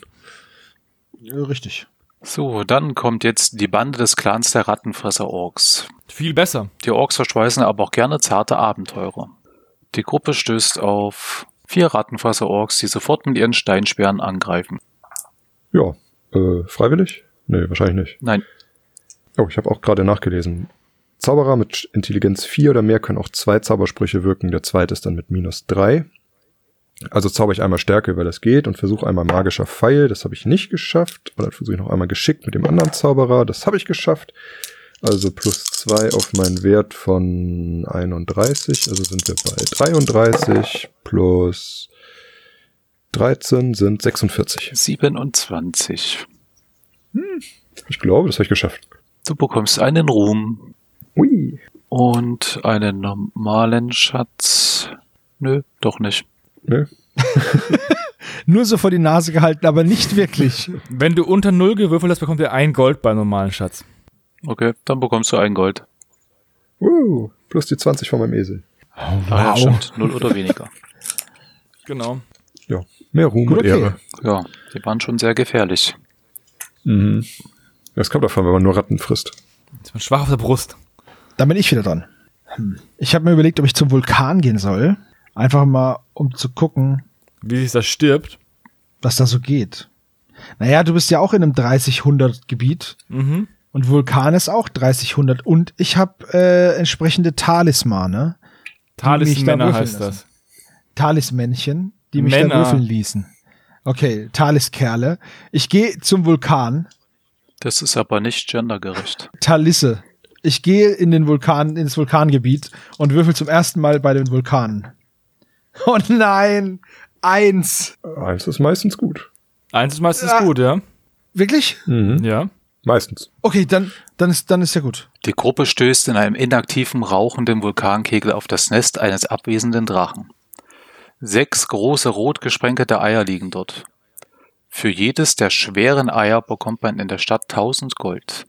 Ja, richtig. So, dann kommt jetzt die Bande des Clans der Rattenfresser-Orks. Viel besser. Die Orks verschweißen aber auch gerne zarte Abenteurer. Die Gruppe stößt auf vier Rattenfresser-Orks, die sofort mit ihren Steinsperren angreifen. Ja, äh, freiwillig? Nee, wahrscheinlich nicht. Nein, Oh, ich habe auch gerade nachgelesen. Zauberer mit Intelligenz vier oder mehr können auch zwei Zaubersprüche wirken. Der zweite ist dann mit minus drei. Also zauber ich einmal Stärke, weil das geht, und versuche einmal magischer Pfeil. Das habe ich nicht geschafft. Und dann versuche ich noch einmal geschickt mit dem anderen Zauberer. Das habe ich geschafft. Also plus zwei auf meinen Wert von einunddreißig. Also sind wir bei dreiunddreißig plus dreizehn sind sechsundvierzig. siebenundzwanzig. Ich glaube, das habe ich geschafft. Du bekommst einen Ruhm Ui. und einen normalen Schatz. Nö, doch nicht. Ne? Nur so vor die Nase gehalten, aber nicht wirklich. Wenn du unter null gewürfelt hast, bekommt ihr ein Gold beim normalen Schatz. Okay, dann bekommst du ein Gold. Uh, plus die zwanzig von meinem Esel. Ah, ja, stimmt. Null oder weniger. Genau. Ja, mehr Ruhm Gut, und okay. Ehre. Ja, die waren schon sehr gefährlich. Mhm. Das kommt davon, wenn man nur Ratten frisst. Ist man schwach auf der Brust. Dann bin ich wieder dran. Hm. Ich habe mir überlegt, ob ich zum Vulkan gehen soll. Einfach mal, um zu gucken, Wie sich das stirbt. was da so geht. Naja, du bist ja auch in einem dreißig hundert Gebiet. Mhm. Und Vulkan ist auch dreißig hundert. Und ich habe äh, entsprechende Talismane. die mich da Talismänner würfeln heißt lassen. das. Talismännchen, die mich Männer. da würfeln ließen. Okay, Taliskerle. Ich gehe zum Vulkan. Das ist aber nicht gendergerecht. Talisse. Ich gehe in den Vulkan, ins Vulkangebiet und würfel zum ersten Mal bei den Vulkanen. Oh nein! Eins. Eins ist meistens gut. Eins ist meistens Ja. gut, ja? Wirklich? Mhm. Ja. Meistens. Okay, dann, dann ist, dann ist ja gut. Die Gruppe stößt in einem inaktiven, rauchenden Vulkankegel auf das Nest eines abwesenden Drachen. Sechs große rot gesprenkelte Eier liegen dort. Für jedes der schweren Eier bekommt man in der Stadt tausend Gold.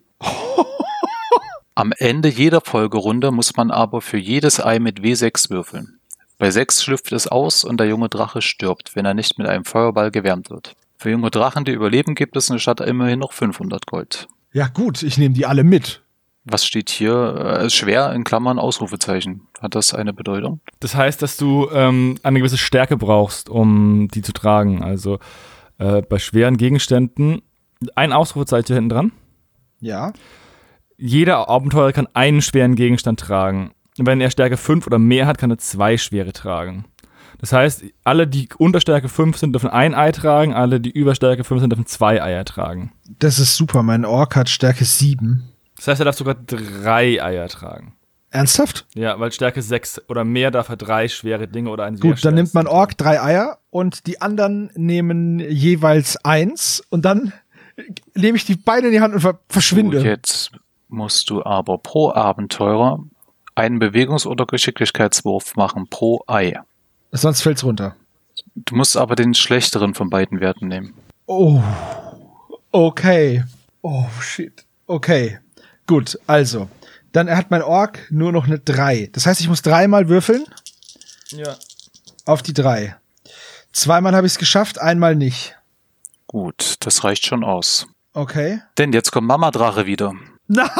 Am Ende jeder Folgerunde muss man aber für jedes Ei mit W sechs würfeln. Bei sechs schlüpft es aus und der junge Drache stirbt, wenn er nicht mit einem Feuerball gewärmt wird. Für junge Drachen, die überleben, gibt es in der Stadt immerhin noch fünfhundert Gold. Ja gut, ich nehme die alle mit. Was steht hier? Äh, schwer in Klammern Ausrufezeichen. Hat das eine Bedeutung? Das heißt, dass du ähm, eine gewisse Stärke brauchst, um die zu tragen. Also äh, bei schweren Gegenständen ein Ausrufezeichen hinten dran. Ja. Jeder Abenteurer kann einen schweren Gegenstand tragen. Wenn er Stärke fünf oder mehr hat, kann er zwei schwere tragen. Das heißt, alle, die unter Stärke fünf sind, dürfen ein Ei tragen, alle, die über Stärke fünf sind, dürfen zwei Eier tragen. Das ist super. Mein Ork hat Stärke sieben. Das heißt, er darf sogar drei Eier tragen. Ernsthaft? Ja, weil Stärke sechs oder mehr darf er drei schwere Dinge oder ein sehr Gut, dann nimmt schweres mein Ork drei Eier und die anderen nehmen jeweils eins und dann nehme ich die Beine in die Hand und ver verschwinde. So, jetzt musst du aber pro Abenteurer einen Bewegungs- oder Geschicklichkeitswurf machen pro Ei. Sonst fällt's runter. Du musst aber den schlechteren von beiden Werten nehmen. Oh, okay. Oh, shit. Okay, gut, also. Dann hat mein Ork nur noch eine drei. Das heißt, ich muss dreimal würfeln Ja. auf die drei. Zweimal habe ich es geschafft, einmal nicht. Gut, das reicht schon aus. Okay. Denn jetzt kommt Mama Drache wieder. Nein!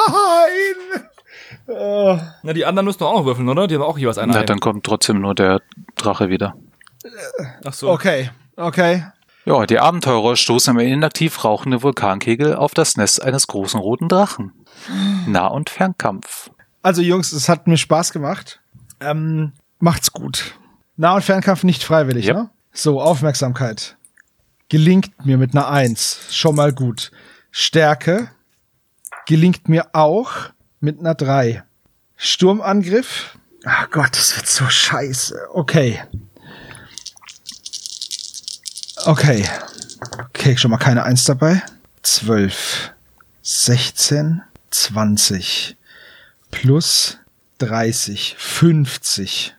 Oh. Na, die anderen müssen doch auch noch würfeln, oder? Die haben auch jeweils ein Na, Ei. dann kommt trotzdem nur der Drache wieder. Ach so. Okay, okay. Ja, die Abenteurer stoßen im inaktiv rauchenden Vulkankegel auf das Nest eines großen roten Drachen. Nah- und Fernkampf. Also Jungs, es hat mir Spaß gemacht. Ähm, macht's gut. Nah- und Fernkampf nicht freiwillig, Ja. ne? So, Aufmerksamkeit. Gelingt mir mit einer eins. Schon mal gut. Stärke gelingt mir auch mit einer drei. Sturmangriff. Ach Gott, das wird so scheiße. Okay. Okay. Okay, schon mal keine eins dabei. zwölf. sechzehn. zwanzig. Plus dreißig. fünfzig.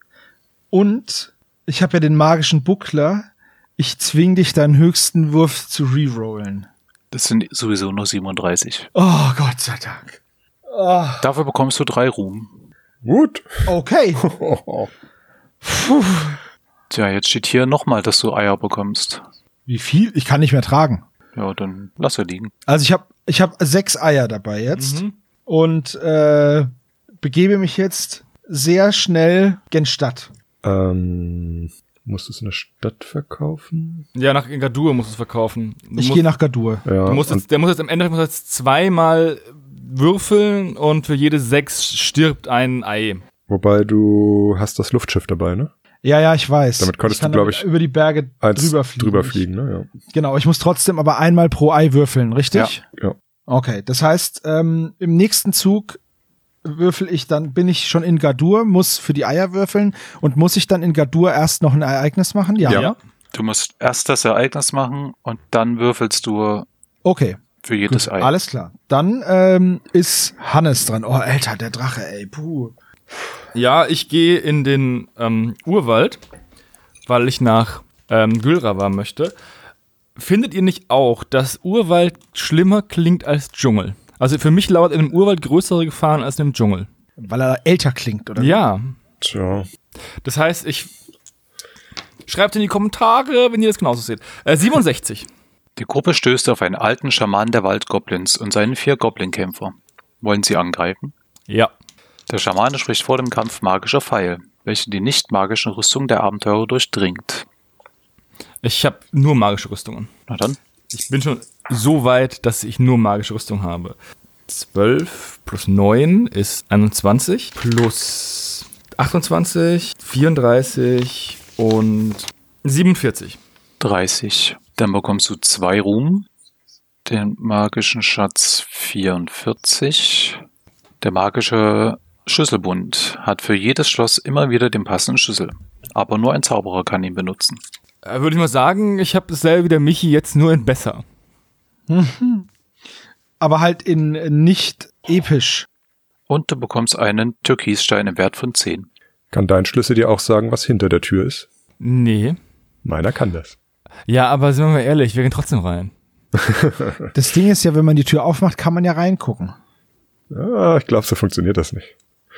Und ich habe ja den magischen Buckler. Ich zwing dich, deinen höchsten Wurf zu rerollen. Das sind sowieso nur siebenunddreißig. Oh, Gott sei Dank. Oh, Dafür bekommst du drei Ruhm. Gut. okay. Puh. Tja, jetzt steht hier nochmal, dass du Eier bekommst. Wie viel? Ich kann nicht mehr tragen. Ja, dann lass er liegen. Also ich habe ich hab sechs Eier dabei jetzt Mhm. und äh, begebe mich jetzt sehr schnell gen Stadt. Ähm, musst du es in der Stadt verkaufen? Ja, nach Gadur musst du es verkaufen. Du Ich musst, gehe nach Gadur. Ja. du musst und- jetzt, der muss jetzt im Endeffekt muss jetzt zweimal würfeln und für jede sechs stirbt ein Ei. wobei du hast das Luftschiff dabei, ne? Ja, ja, ich weiß. Damit konntest ich kann du, glaub damit ich, über die Berge Eins drüber fliegen. drüber fliegen, ne? Genau, ich muss trotzdem aber einmal pro Ei würfeln, richtig? Ja. Ja. Okay, das heißt, ähm, im nächsten Zug würfel ich dann, bin ich schon in Gadur, muss für die Eier würfeln und muss ich dann in Gadur erst noch ein Ereignis machen? Ja. Ja. Ja. Du musst erst das Ereignis machen und dann würfelst du Okay, für jedes gut, Ei. alles klar. Dann ähm, ist Hannes dran. Oh, Alter, der Drache, ey, puh. Ja, ich gehe in den ähm, Urwald, weil ich nach ähm, Gülrawa möchte. Findet ihr nicht auch, dass Urwald schlimmer klingt als Dschungel? Also für mich lauert in einem Urwald größere Gefahren als in einem Dschungel. Weil er älter klingt, oder? Ja, Tja. das heißt, ich schreibt in die Kommentare, wenn ihr das genauso seht. Äh, siebenundsechzig. Die Gruppe stößt auf einen alten Schaman der Waldgoblins und seinen vier Goblin-Kämpfer. Wollen sie angreifen? Ja. Der Schamane spricht vor dem Kampf magischer Pfeil, welche die nicht magischen Rüstungen der Abenteurer durchdringt. Ich habe nur magische Rüstungen. Na dann. Ich bin schon so weit, dass ich nur magische Rüstung habe. zwölf plus neun ist einundzwanzig. Plus achtundzwanzig, vierunddreißig und siebenundvierzig. dreißig. Dann bekommst du zwei Ruhm. Den magischen Schatz vierundvierzig. Der magische Schlüsselbund hat für jedes Schloss immer wieder den passenden Schlüssel. Aber nur ein Zauberer kann ihn benutzen. Äh, Würde ich mal sagen, ich habe dasselbe wie der Michi, jetzt nur in besser. Aber halt in nicht episch. Und du bekommst einen Türkisstein im Wert von zehn. Kann dein Schlüssel dir auch sagen, was hinter der Tür ist? Nee. Meiner kann das. Ja, aber sind wir mal ehrlich, wir gehen trotzdem rein. Das Ding ist ja, wenn man die Tür aufmacht, kann man ja reingucken. Ja, ich glaube, so funktioniert das nicht.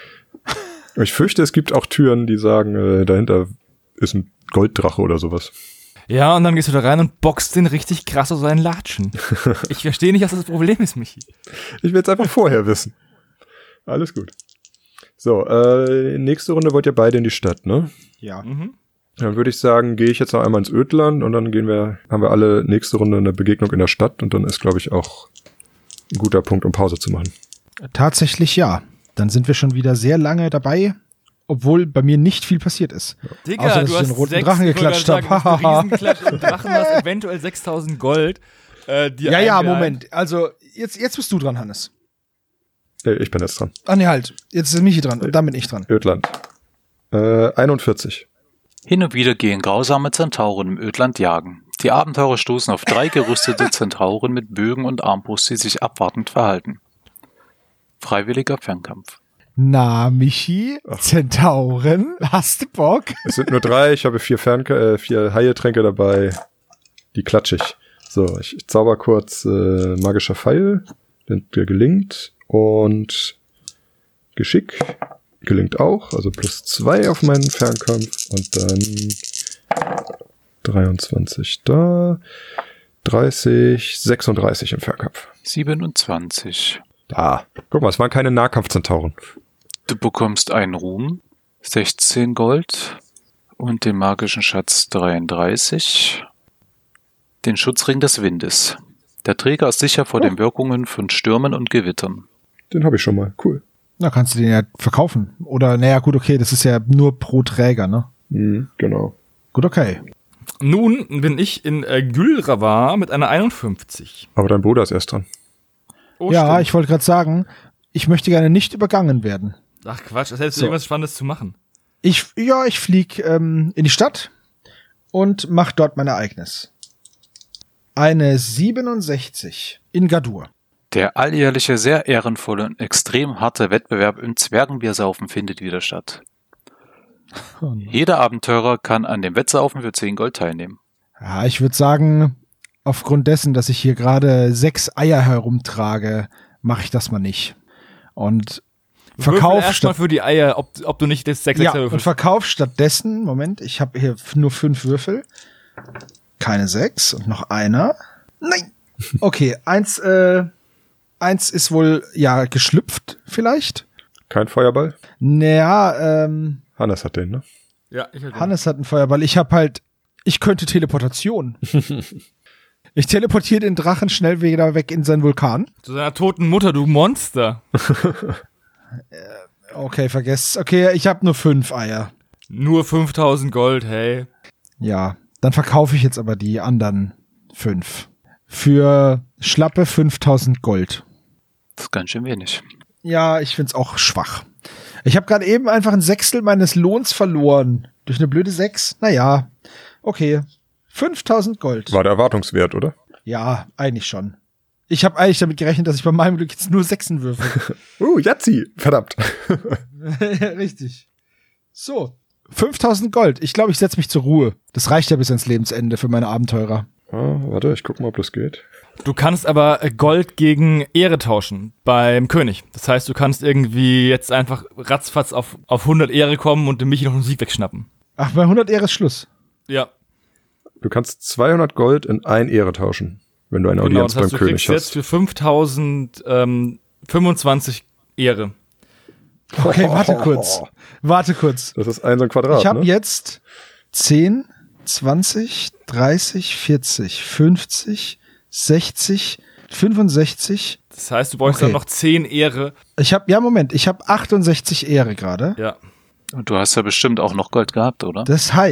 Ich fürchte, es gibt auch Türen, die sagen, äh, dahinter ist ein Golddrache oder sowas. Ja, und dann gehst du da rein und boxt den richtig krass aus seinen Latschen. Ich verstehe nicht, was das Problem ist, Michi. Ich will es einfach vorher wissen. Alles gut. So, äh, nächste Runde wollt ihr beide in die Stadt, ne? Ja. Mhm. Dann würde ich sagen, gehe ich jetzt noch einmal ins Ödland und dann gehen wir, haben wir alle nächste Runde eine Begegnung in der Stadt und dann ist, glaube ich, auch ein guter Punkt, um Pause zu machen. Tatsächlich ja. Dann sind wir schon wieder sehr lange dabei, obwohl bei mir nicht viel passiert ist. Digga, Außer, dass du ich hast den roten sechs, Drachen ich wollte geklatscht gerade habe. sagen, du hast einen Riesenklatsch und Drachen hast eventuell sechstausend Gold. Äh, dir Ja, ja, eingereiht. Moment. Also, jetzt, jetzt bist du dran, Hannes. Äh, ich bin jetzt dran. Ah, nee, halt. Jetzt ist Michi dran und dann bin ich dran. Ödland. Äh, einundvierzig. Hin und wieder gehen grausame Zentauren im Ödland jagen. Die Abenteurer stoßen auf drei gerüstete Zentauren mit Bögen und Armbrust, die sich abwartend verhalten. Freiwilliger Fernkampf. Na, Michi, Zentauren, hast du Bock? Es sind nur drei, ich habe vier Fernka äh, vier Heiltränke dabei. Die klatsche ich. So, ich, ich zauber kurz äh, magischer Pfeil, der, der gelingt. Und Geschick gelingt auch, also plus zwei auf meinen Fernkampf. Und dann dreiundzwanzig da, dreißig, sechsunddreißig im Fernkampf. siebenundzwanzig. Da. Guck mal, es waren keine Nahkampfzentauren. Du bekommst einen Ruhm, sechzehn Gold und den magischen Schatz dreiunddreißig. Den Schutzring des Windes. Der Träger ist sicher vor Oh. den Wirkungen von Stürmen und Gewittern. Den habe ich schon mal. Cool. Na, kannst du den ja verkaufen. Oder, naja, gut, okay, das ist ja nur pro Träger, ne? Mhm, genau. Gut, okay. Nun bin ich in äh, Gülravar mit einer einundfünfzig. Aber dein Bruder ist erst dran. Oh, ja, stimmt. ich wollte gerade sagen, ich möchte gerne nicht übergangen werden. Ach Quatsch, das hättest du So. irgendwas Spannendes zu machen. Ich, ja, ich flieg ähm, in die Stadt und mach dort mein Ereignis. Eine siebenundsechzig in Gadur. Der alljährliche, sehr ehrenvolle und extrem harte Wettbewerb im Zwergenbiersaufen findet wieder statt. Oh nein. Jeder Abenteurer kann an dem Wettsaufen für zehn Gold teilnehmen. Ja, ich würde sagen, aufgrund dessen, dass ich hier gerade sechs Eier herumtrage, mache ich das mal nicht. Und verkauf erstmal statt, für die Eier, ob, ob du nicht das sechs ja, sechser und würfelst. verkauf stattdessen, Moment, ich habe hier f- nur fünf Würfel. Keine sechs und noch einer. Nein. Okay, eins, äh, eins ist wohl, ja, geschlüpft vielleicht. Kein Feuerball? Naja, ähm, Hannes hat den, ne? Ja, ich halt Hannes hat einen Feuerball. Ich habe halt, ich könnte Teleportation. Ich teleportiere den Drachen schnell wieder weg in seinen Vulkan. zu seiner toten Mutter, du Monster. Okay, vergesst. Okay, ich habe nur fünf Eier. Nur fünftausend Gold, hey. Ja, dann verkaufe ich jetzt aber die anderen fünf. Für schlappe fünftausend Gold. Das ist ganz schön wenig. Ja, ich find's auch schwach. Ich habe gerade eben einfach ein Sechstel meines Lohns verloren. Durch eine blöde Sechs. Naja, okay. fünftausend Gold. War der Erwartungswert, oder? Ja, eigentlich schon. Ich habe eigentlich damit gerechnet, dass ich bei meinem Glück jetzt nur Sechsen würfel. Uh, Jazzi! Verdammt. Richtig. So, fünftausend Gold. Ich glaube, ich setze mich zur Ruhe. Das reicht ja bis ans Lebensende für meine Abenteurer. Ah, warte, ich guck mal, ob das geht. Du kannst aber äh, Gold gegen Ehre tauschen beim König. Das heißt, du kannst irgendwie jetzt einfach ratzfatz auf, auf hundert Ehre kommen und dem Michi noch einen Sieg wegschnappen. Ach, bei hundert Ehre ist Schluss. Ja, Du kannst zweihundert Gold in ein Ehre tauschen, wenn du eine genau. Audienz Das heißt, beim du König kriegst jetzt hast. für fünftausend ähm, fünfundzwanzig Ehre. Okay, warte kurz. Warte kurz. Das ist ein so ein Quadrat, Ich habe ne? jetzt zehn, zwanzig, dreißig, vierzig, fünfzig, sechzig, fünfundsechzig. Das heißt, du brauchst Okay. dann noch zehn Ehre. Ich habe, ja, Moment, ich habe achtundsechzig Ehre gerade. Ja. Und du hast ja bestimmt auch noch Gold gehabt, oder? Das heißt,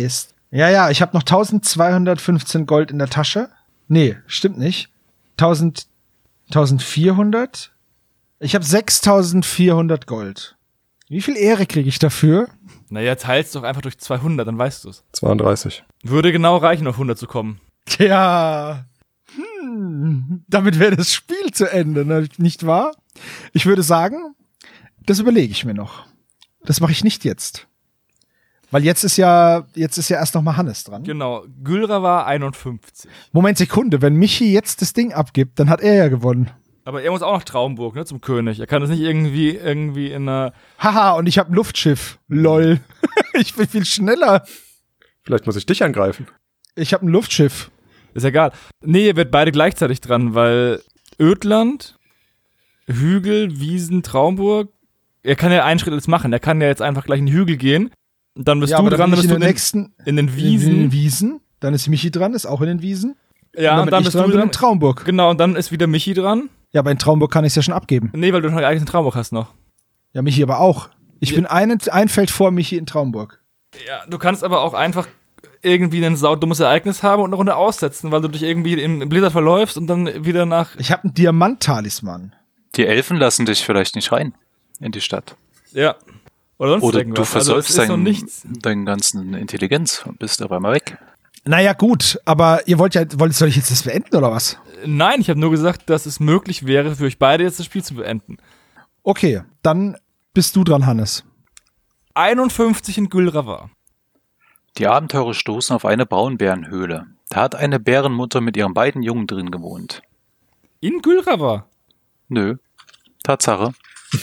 Ja, ja, ich habe noch eintausendzweihundertfünfzehn Gold in der Tasche. Nee, stimmt nicht. tausend, eintausendvierhundert? Ich habe sechstausendvierhundert Gold. Wie viel Ehre kriege ich dafür? Naja, teilst doch einfach durch zweihundert, dann weißt du's. zweiunddreißig. Würde genau reichen, auf hundert zu kommen. Tja, hm, damit wäre das Spiel zu Ende, ne? Nicht wahr? Ich würde sagen, das überlege ich mir noch. Das mache ich nicht jetzt. Weil jetzt ist ja, jetzt ist ja erst noch mal Hannes dran. Genau, Gülra war einundfünfzig. Moment, Sekunde, wenn Michi jetzt das Ding abgibt, dann hat er ja gewonnen. Aber er muss auch nach Traumburg, ne, zum König. Er kann das nicht irgendwie, irgendwie in einer... Haha, und ich habe ein Luftschiff. Lol. Ich bin viel schneller. Vielleicht muss ich dich angreifen. Ich habe ein Luftschiff. Ist egal. Nee, ihr werdet beide gleichzeitig dran, weil Ödland, Hügel, Wiesen, Traumburg, er kann ja einen Schritt jetzt machen. Er kann ja jetzt einfach gleich in den Hügel gehen. Dann bist Ja, du aber dran, dann dann bin bist ich du in in, den nächsten in den Wiesen. In den Wiesen. Dann ist Michi dran, ist auch in den Wiesen. Ja, und und dann, ich bist dran du bin dran. in Traumburg. Genau, und dann ist wieder Michi dran. Ja, aber in Traumburg kann ich es ja schon abgeben. Nee, weil du noch eigentlich einen Traumburg hast noch. Ja, Michi aber auch. Ich Ja. bin ein, ein Feld vor Michi in Traumburg. Ja, du kannst aber auch einfach irgendwie ein saudummes Ereignis haben und eine Runde aussetzen, weil du dich irgendwie im Blizzard verläufst und dann wieder nach... Ich habe einen Diamant-Talisman. Die Elfen lassen dich vielleicht nicht rein in die Stadt. Ja. Oder sonst Oder irgendwas. du versäufst also, es ist noch deinen, nichts. deinen ganzen Intelligenz und bist auf einmal weg. Naja, gut, aber ihr wollt ja, wollt, soll ich jetzt das beenden oder was? Nein, ich habe nur gesagt, dass es möglich wäre, für euch beide jetzt das Spiel zu beenden. Okay, dann bist du dran, Hannes. einundfünfzig in Gülravar. Die Abenteurer stoßen auf eine Braunbärenhöhle. Da hat eine Bärenmutter mit ihren beiden Jungen drin gewohnt. In Gülravar? Nö. Tatsache.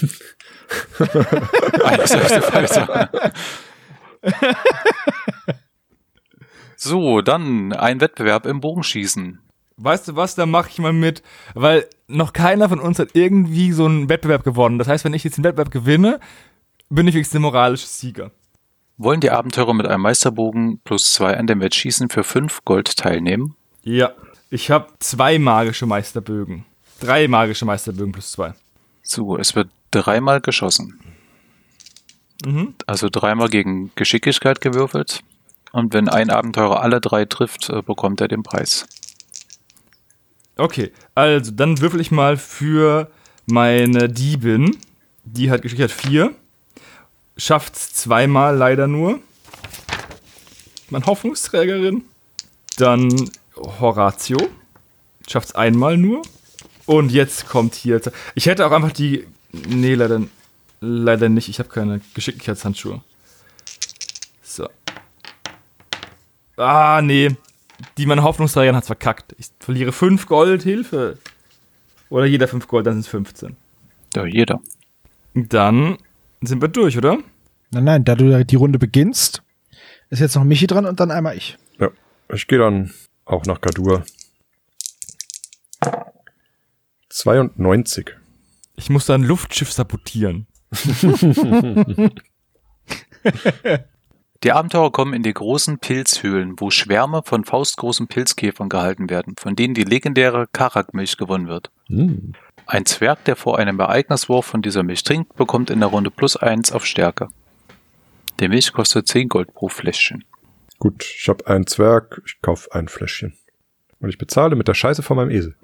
Eine Seite weiter. So, dann ein Wettbewerb im Bogenschießen. Weißt du was, da mache ich mal mit, weil noch keiner von uns hat irgendwie so einen Wettbewerb gewonnen. Das heißt, wenn ich jetzt den Wettbewerb gewinne, bin ich wenigstens der moralische Sieger. Wollen die Abenteurer mit einem Meisterbogen plus zwei an dem Wettschießen für fünf Gold teilnehmen? Ja. Ich habe zwei magische Meisterbögen. Drei magische Meisterbögen plus zwei. So, es wird dreimal geschossen. Mhm. Also dreimal gegen Geschicklichkeit gewürfelt. Und wenn ein Abenteurer alle drei trifft, äh, bekommt er den Preis. Okay, also dann würfel ich mal für meine Diebin. Die hat Geschicklichkeit vier. Schafft's zweimal leider nur. Meine Hoffnungsträgerin. Dann Horatio. Schafft's einmal nur. Und jetzt kommt hier... Ich hätte auch einfach die... Nee, leider, leider nicht. Ich habe keine Geschicklichkeitshandschuhe. So. Ah, nee. Die meine Hoffnungsträgerin hat's verkackt. Ich verliere fünf Gold, Hilfe. Oder jeder fünf Gold, dann sind es fünfzehn. Ja, jeder. Dann sind wir durch, oder? Nein, nein, da du die Runde beginnst, ist jetzt noch Michi dran und dann einmal ich. Ja, ich gehe dann auch nach Gadur. zweiundneunzig. Ich muss da ein Luftschiff sabotieren. Die Abenteurer kommen in die großen Pilzhöhlen, wo Schwärme von faustgroßen Pilzkäfern gehalten werden, von denen die legendäre Karak-Milch gewonnen wird. Hm. Ein Zwerg, der vor einem Ereigniswurf von dieser Milch trinkt, bekommt in der Runde plus eins auf Stärke. Die Milch kostet zehn Gold pro Fläschchen. Gut, ich habe einen Zwerg, ich kaufe ein Fläschchen. Und ich bezahle mit der Scheiße von meinem Esel.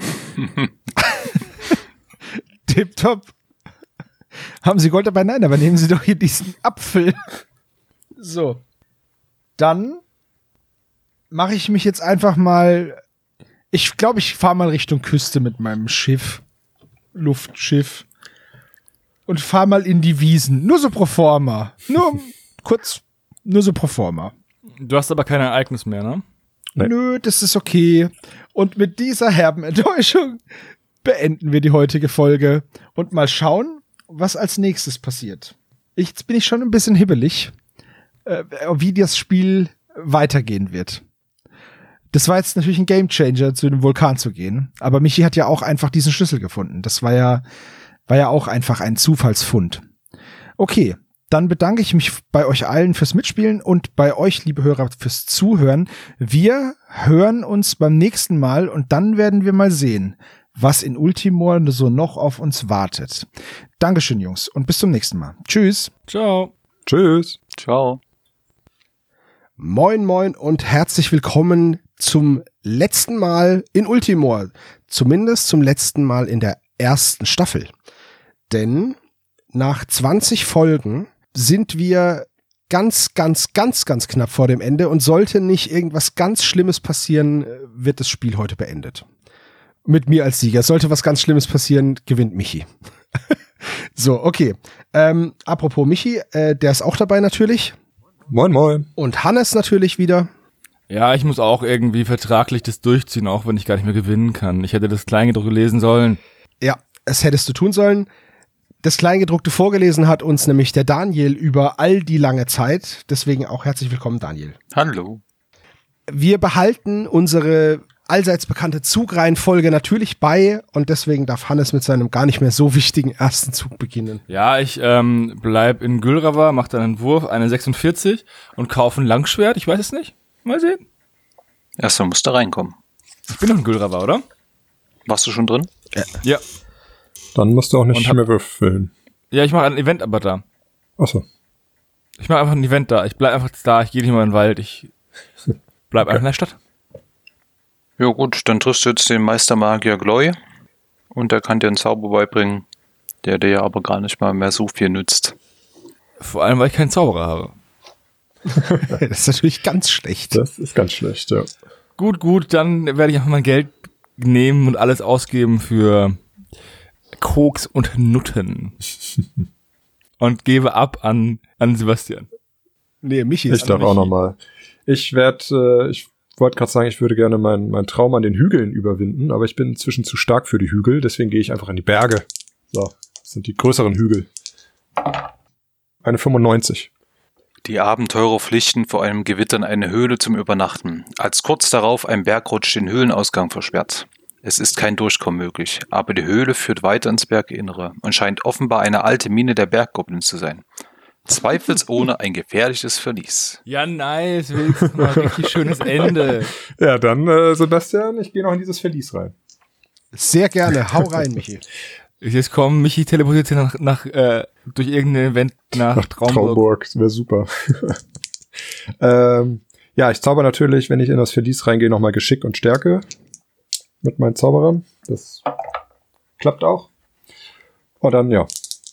Tipptopp. Haben Sie Gold dabei? Nein, aber nehmen Sie doch hier diesen Apfel. So. Dann mache ich mich jetzt einfach mal. Ich glaube, ich fahre mal Richtung Küste mit meinem Schiff. Luftschiff. Und fahre mal in die Wiesen. Nur so pro forma. Nur kurz. Nur so pro forma. Du hast aber kein Ereignis mehr, ne? Nee. Nö, das ist okay. Und mit dieser herben Enttäuschung beenden wir die heutige Folge und mal schauen, was als nächstes passiert. Ich, jetzt bin ich schon ein bisschen hibbelig, äh, wie das Spiel weitergehen wird. Das war jetzt natürlich ein Gamechanger, zu dem Vulkan zu gehen. Aber Michi hat ja auch einfach diesen Schlüssel gefunden. Das war ja, war ja auch einfach ein Zufallsfund. Okay, dann bedanke ich mich bei euch allen fürs Mitspielen und bei euch, liebe Hörer, fürs Zuhören. Wir hören uns beim nächsten Mal und dann werden wir mal sehen, was in Ultimor so noch auf uns wartet. Dankeschön, Jungs, und bis zum nächsten Mal. Tschüss. Ciao. Tschüss. Ciao. Moin moin und herzlich willkommen zum letzten Mal in Ultimor. Zumindest zum letzten Mal in der ersten Staffel. Denn nach zwanzig Folgen sind wir ganz, ganz, ganz, ganz knapp vor dem Ende und sollte nicht irgendwas ganz Schlimmes passieren, wird das Spiel heute beendet. Mit mir als Sieger. Sollte was ganz Schlimmes passieren, gewinnt Michi. So, okay. Ähm, apropos Michi, äh, der ist auch dabei natürlich. Moin, moin. Und Hannes natürlich wieder. Ja, ich muss auch irgendwie vertraglich das durchziehen, auch wenn ich gar nicht mehr gewinnen kann. Ich hätte das Kleingedruckte lesen sollen. Ja, das hättest du tun sollen. Das Kleingedruckte vorgelesen hat uns nämlich der Daniel über all die lange Zeit. Deswegen auch herzlich willkommen, Daniel. Hallo. Wir behalten unsere allseits bekannte Zugreihenfolge natürlich bei und deswegen darf Hannes mit seinem gar nicht mehr so wichtigen ersten Zug beginnen. Ja, ich ähm, bleib in Gülrava, mach dann einen Wurf, eine sechsundvierzig und kaufe ein Langschwert. Ich weiß es nicht. Mal sehen. Erstmal musst du reinkommen. Ich bin noch in Gülrava, oder? Warst du schon drin? Ja. Ja, Dann musst du auch nicht hab- mehr würfeln. ja ich mache ein Event aber da. Achso. Ich mache einfach ein Event da. Ich bleib einfach da. Ich gehe nicht mal in den Wald. Ich bleib einfach in der Stadt. Ja gut, dann triffst du jetzt den Meistermagier Gloy und der kann dir einen Zauber beibringen, der dir aber gar nicht mal mehr so viel nützt. Vor allem, weil ich keinen Zauberer habe. Das ist natürlich ganz schlecht. Das ist ganz schlecht, ja. Gut, gut, dann werde ich einfach mein Geld nehmen und alles ausgeben für Koks und Nutten. Und gebe ab an, an Sebastian. Nee, Michi Ich ist darf an auch Michi. nochmal. Ich werde, äh, ich wollte gerade sagen, ich würde gerne meinen mein Traum an den Hügeln überwinden, aber ich bin inzwischen zu stark für die Hügel, deswegen gehe ich einfach in die Berge. So, das sind die größeren Hügel. Eine fünfundneunzig. Die Abenteurer flüchten vor einem Gewitter in eine Höhle zum Übernachten, als kurz darauf ein Bergrutsch den Höhlenausgang versperrt. Es ist kein Durchkommen möglich, aber die Höhle führt weiter ins Berginnere und scheint offenbar eine alte Mine der Berggoblins zu sein. Zweifelsohne ein gefährliches Verlies. Ja, nice, wenigstens mal ein richtig schönes Ende. Ja, dann, äh, Sebastian, ich gehe noch in dieses Verlies rein. Sehr gerne, hau rein, Michi. Jetzt kommen Michi teleportiert sich nach, nach äh, durch irgendein Event nach, Ach, Traumburg. Traumburg, das wäre super. ähm, ja, ich zauber natürlich, wenn ich in das Verlies reingehe, nochmal Geschick und Stärke mit meinen Zauberern. Das klappt auch. Und dann, ja.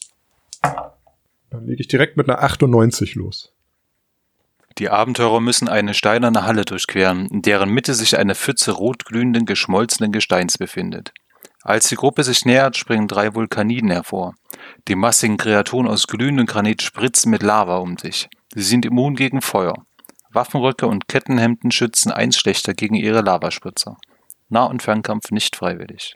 Dann lege ich direkt mit einer achtundneunzig los. Die Abenteurer müssen eine steinerne Halle durchqueren, in deren Mitte sich eine Pfütze rotglühenden, geschmolzenen Gesteins befindet. Als die Gruppe sich nähert, springen drei Vulkaniden hervor. Die massigen Kreaturen aus glühendem Granit spritzen mit Lava um sich. Sie sind immun gegen Feuer. Waffenröcke und Kettenhemden schützen Einsschlächter gegen ihre Lavaspritzer. Nah- und Fernkampf nicht freiwillig.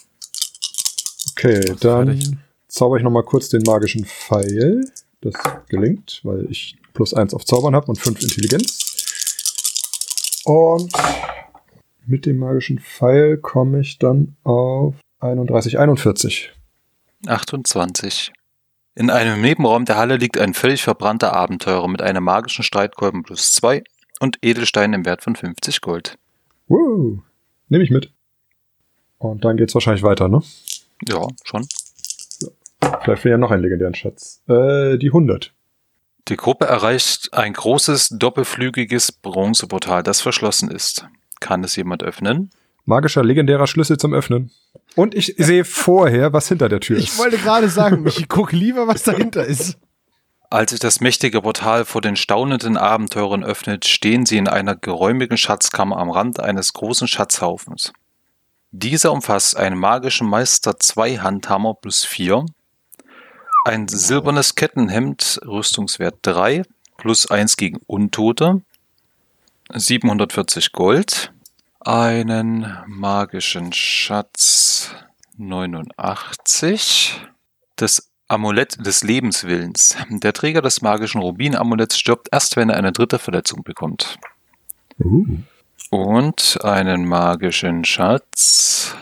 Okay, fertig. dann zauber ich nochmal kurz den magischen Pfeil. Das gelingt, weil ich plus eins auf Zaubern habe und fünf Intelligenz. Und mit dem magischen Pfeil komme ich dann auf einunddreißig, einundvierzig. achtundzwanzig. In einem Nebenraum der Halle liegt ein völlig verbrannter Abenteurer mit einem magischen Streitkolben plus zwei und Edelsteinen im Wert von fünfzig Gold. Woo, nehme ich mit. Und dann geht's wahrscheinlich weiter, ne? Ja, schon. Vielleicht fehlt ja noch ein legendären Schatz. Äh, die hundert. Die Gruppe erreicht ein großes, doppelflügiges Bronzeportal, das verschlossen ist. Kann es jemand öffnen? Magischer, legendärer Schlüssel zum Öffnen. Und ich sehe vorher, was hinter der Tür Ich ist. wollte gerade sagen, Michi, guck lieber, was dahinter ist. Als sich das mächtige Portal vor den staunenden Abenteurern öffnet, stehen sie in einer geräumigen Schatzkammer am Rand eines großen Schatzhaufens. Dieser umfasst einen magischen Meister zwei Handhammer plus vier, ein silbernes Kettenhemd, Rüstungswert drei, plus eins gegen Untote, siebenhundertvierzig Gold, einen magischen Schatz neunundachtzig, das Amulett des Lebenswillens. Der Träger des magischen Rubin-Amuletts stirbt erst, wenn er eine dritte Verletzung bekommt. Uh. Und einen magischen Schatz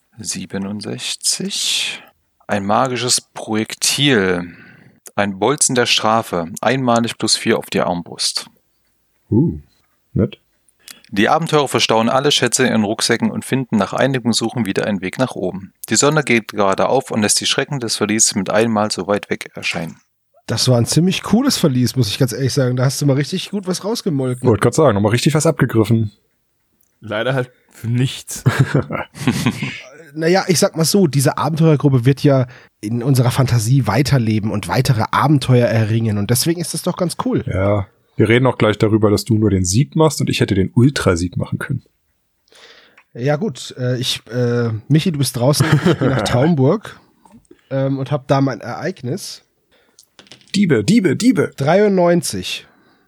siebenundsechzig. Ein magisches Projektil. Ein Bolzen der Strafe. Einmalig plus vier auf die Armbrust. Uh. Nett. Die Abenteurer verstauen alle Schätze in ihren Rucksäcken und finden nach einigem Suchen wieder einen Weg nach oben. Die Sonne geht gerade auf und lässt die Schrecken des Verlies mit einmal so weit weg erscheinen. Das war ein ziemlich cooles Verlies, muss ich ganz ehrlich sagen. Da hast du mal richtig gut was rausgemolken. Wollte gerade sagen, nochmal richtig was abgegriffen. Leider halt für nichts. Naja, ich sag mal so, diese Abenteurergruppe wird ja in unserer Fantasie weiterleben und weitere Abenteuer erringen. Und deswegen ist das doch ganz cool. Ja, wir reden auch gleich darüber, dass du nur den Sieg machst und ich hätte den Ultrasieg machen können. Ja gut, äh, ich, äh, Michi, du bist draußen ich bin nach Taumburg ähm, und hab da mein Ereignis. Diebe, Diebe, Diebe. dreiundneunzig.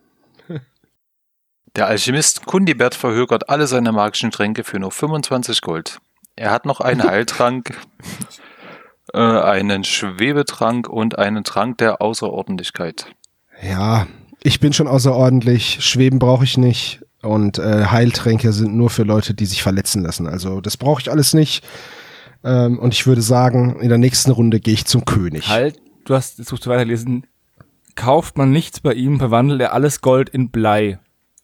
Der Alchemist Kundibert verhökert alle seine magischen Tränke für nur fünfundzwanzig Gold. Er hat noch einen Heiltrank, äh, einen Schwebetrank und einen Trank der Außerordentlichkeit. Ja, ich bin schon außerordentlich. Schweben brauche ich nicht. Und äh, Heiltränke sind nur für Leute, die sich verletzen lassen. Also das brauche ich alles nicht. Ähm, und ich würde sagen, in der nächsten Runde gehe ich zum König. Halt, du hast, jetzt musst du weiterlesen. Kauft man nichts bei ihm, verwandelt er alles Gold in Blei.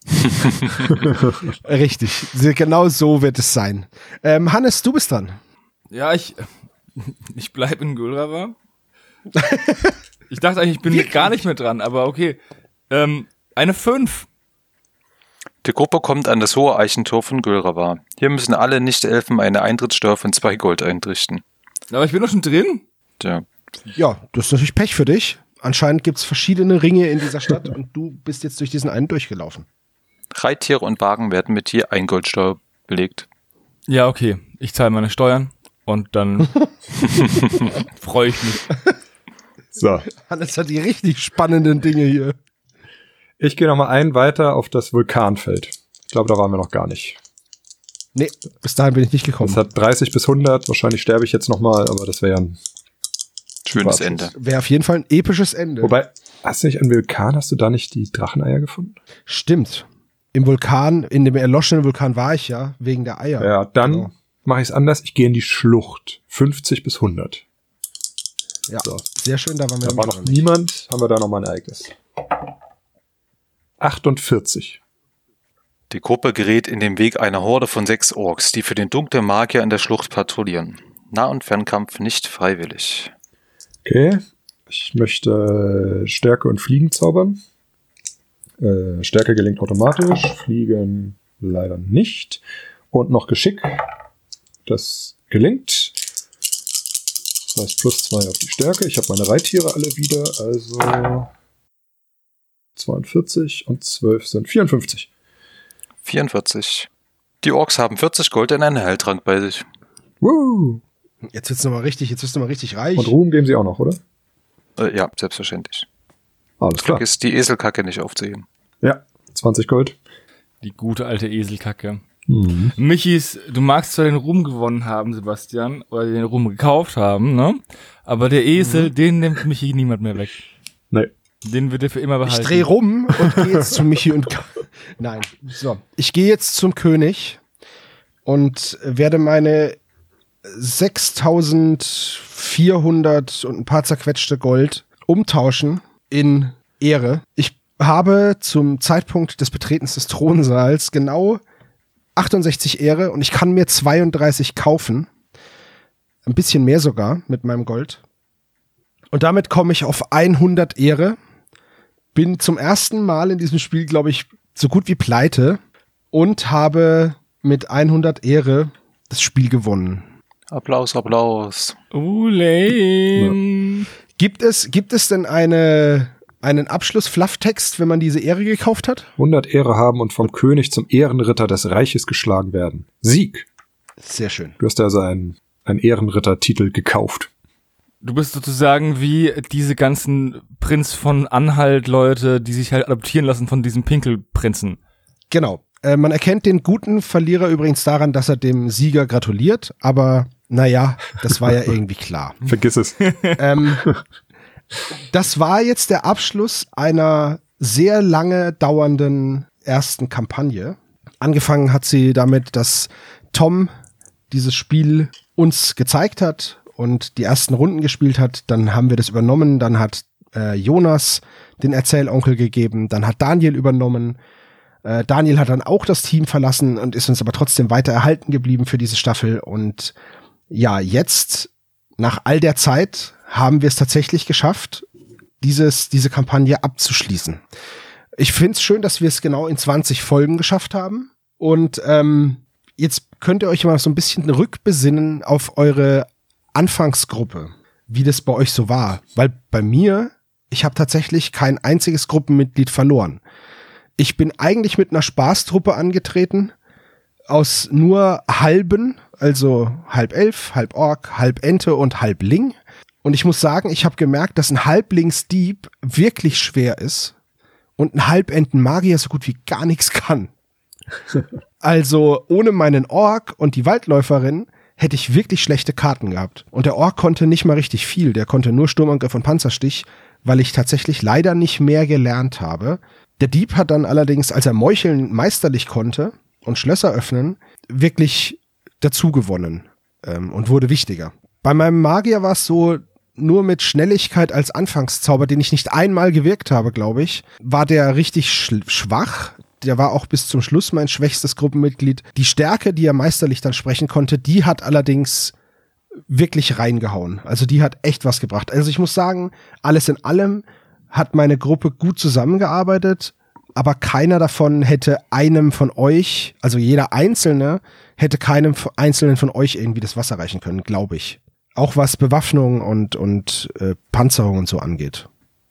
Richtig, genau so wird es sein. Ähm, Hannes, du bist dran. Ja, ich, ich bleib in Gulrava. Ich dachte eigentlich, ich bin mit gar nicht mehr dran, aber okay. Ähm, eine fünf. Die Gruppe kommt an das hohe Eichentor von Gulrava. Hier müssen alle Nicht-Elfen eine Eintrittssteuer von zwei Gold einrichten. Aber ich bin doch schon drin. Tja. Ja, das ist natürlich Pech für dich. Anscheinend gibt es verschiedene Ringe in dieser Stadt und du bist jetzt durch diesen einen durchgelaufen. Reittiere und Wagen werden mit je ein Goldsteuer belegt. Ja, okay. Ich zahle meine Steuern und dann freue ich mich. So. Hannes hat die richtig spannenden Dinge hier. Ich gehe nochmal einen weiter auf das Vulkanfeld. Ich glaube, da waren wir noch gar nicht. Nee, bis dahin bin ich nicht gekommen. Das hat dreißig bis hundert. Wahrscheinlich sterbe ich jetzt nochmal, aber das wäre ja ein Schönes Abschluss. Ende. Wäre auf jeden Fall ein episches Ende. Wobei, hast du nicht an Vulkan, hast du da nicht die Dracheneier gefunden? Stimmt. Im Vulkan, in dem erloschenen Vulkan war ich ja, wegen der Eier. Ja, dann Genau. mache ich es anders. Ich gehe in die Schlucht. fünfzig bis hundert. Ja, So. sehr schön, da waren wir Da war nämlich noch nicht. niemand. Haben wir da nochmal ein Ereignis. achtundvierzig. Die Gruppe gerät in den Weg einer Horde von sechs Orks, die für den dunklen Magier in der Schlucht patrouillieren. Nah- und Fernkampf nicht freiwillig. Okay. Ich möchte Stärke und Fliegen zaubern. Äh, Stärke gelingt automatisch. Fliegen leider nicht. Und noch Geschick. Das gelingt. Das heißt plus zwei auf die Stärke. Ich habe meine Reittiere alle wieder. Also zweiundvierzig und zwölf sind vierundfünfzig. vierundvierzig. Die Orks haben vierzig Gold in einen Heiltrank bei sich. Woo! Jetzt wird's nochmal richtig, jetzt wirst du mal richtig reich. Und Ruhm geben sie auch noch, oder? Äh, ja, selbstverständlich. Alles klar. Vergiss die Eselkacke nicht aufzuheben. Ja, zwanzig Gold. Die gute alte Eselkacke. Mhm. Michis, du magst zwar den Ruhm gewonnen haben, Sebastian, oder den Ruhm gekauft haben, ne? Aber der Esel, mhm. den nimmt Michi niemand mehr weg. Nee. Den wird er für immer behalten. Ich dreh rum und gehe jetzt zu Michi und Ka- Nein, so. Ich gehe jetzt zum König und werde meine sechstausendvierhundert und ein paar zerquetschte Gold umtauschen in Ehre. Ich habe zum Zeitpunkt des Betretens des Thronsaals genau achtundsechzig Ehre und ich kann mir zweiunddreißig kaufen. Ein bisschen mehr sogar mit meinem Gold. Und damit komme ich auf hundert Ehre. Bin zum ersten Mal in diesem Spiel, glaube ich, so gut wie pleite und habe mit hundert Ehre das Spiel gewonnen. Applaus, Applaus. Oh, lame. Gibt es, gibt es denn eine, einen Abschluss-Flufftext, wenn man diese Ehre gekauft hat? hundert Ehre haben und vom König zum Ehrenritter des Reiches geschlagen werden. Sieg. Sehr schön. Du hast also einen, einen Ehrenritter-Titel gekauft. Du bist sozusagen wie diese ganzen Prinz von Anhalt-Leute, die sich halt adoptieren lassen von diesem Pinkelprinzen. Genau. Äh, man erkennt den guten Verlierer übrigens daran, dass er dem Sieger gratuliert, aber naja, das war ja irgendwie klar. Vergiss es. ähm, das war jetzt der Abschluss einer sehr lange dauernden ersten Kampagne. Angefangen hat sie damit, dass Tom dieses Spiel uns gezeigt hat und die ersten Runden gespielt hat. Dann haben wir das übernommen. Dann hat äh, Jonas den Erzählonkel gegeben. Dann hat Daniel übernommen. Äh, Daniel hat dann auch das Team verlassen und ist uns aber trotzdem weiter erhalten geblieben für diese Staffel. Und ja, jetzt, nach all der Zeit, haben wir es tatsächlich geschafft, dieses, diese Kampagne abzuschließen. Ich find's schön, dass wir es genau in zwanzig Folgen geschafft haben. Und ähm, jetzt könnt ihr euch mal so ein bisschen rückbesinnen auf eure Anfangsgruppe, wie das bei euch so war. Weil bei mir, ich habe tatsächlich kein einziges Gruppenmitglied verloren. Ich bin eigentlich mit einer Spaßtruppe angetreten, aus nur halben, also halb Elf, halb Ork, halb Ente und halb Ling. Und ich muss sagen, ich habe gemerkt, dass ein Halblingsdieb wirklich schwer ist und ein Halbenten-Magier so gut wie gar nichts kann. Also ohne meinen Ork und die Waldläuferin hätte ich wirklich schlechte Karten gehabt. Und der Ork konnte nicht mal richtig viel, der konnte nur Sturmangriff und Panzerstich, weil ich tatsächlich leider nicht mehr gelernt habe. Der Dieb hat dann allerdings, als er Meucheln meisterlich konnte und Schlösser öffnen, wirklich dazu gewonnen ähm, und wurde wichtiger. Bei meinem Magier war es so, nur mit Schnelligkeit als Anfangszauber, den ich nicht einmal gewirkt habe, glaube ich, war der richtig sch- schwach. Der war auch bis zum Schluss mein schwächstes Gruppenmitglied. Die Stärke, die er meisterlich dann sprechen konnte, die hat allerdings wirklich reingehauen. Also die hat echt was gebracht. Also ich muss sagen, alles in allem hat meine Gruppe gut zusammengearbeitet, aber keiner davon hätte einem von euch, also jeder Einzelne, hätte keinem Einzelnen von euch irgendwie das Wasser reichen können, glaube ich. Auch was Bewaffnung und, und äh, Panzerung und so angeht.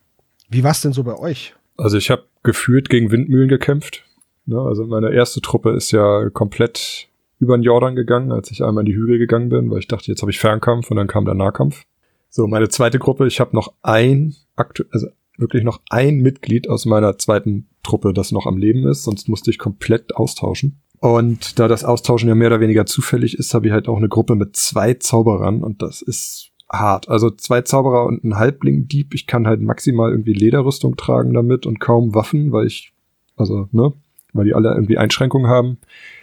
Wie war's denn so bei euch? Also ich habe gefühlt gegen Windmühlen gekämpft. Ne? Also meine erste Truppe ist ja komplett über den Jordan gegangen, als ich einmal in die Hügel gegangen bin, weil ich dachte, jetzt habe ich Fernkampf und dann kam der Nahkampf. So, meine zweite Gruppe, ich habe noch ein, aktu- also wirklich noch ein Mitglied aus meiner zweiten Truppe, das noch am Leben ist, sonst musste ich komplett austauschen. Und da das Austauschen ja mehr oder weniger zufällig ist, habe ich halt auch eine Gruppe mit zwei Zauberern und das ist hart. Also zwei Zauberer und ein Halbling-Dieb. Ich kann halt maximal irgendwie Lederrüstung tragen damit und kaum Waffen, weil ich, also, ne, weil die alle irgendwie Einschränkungen haben.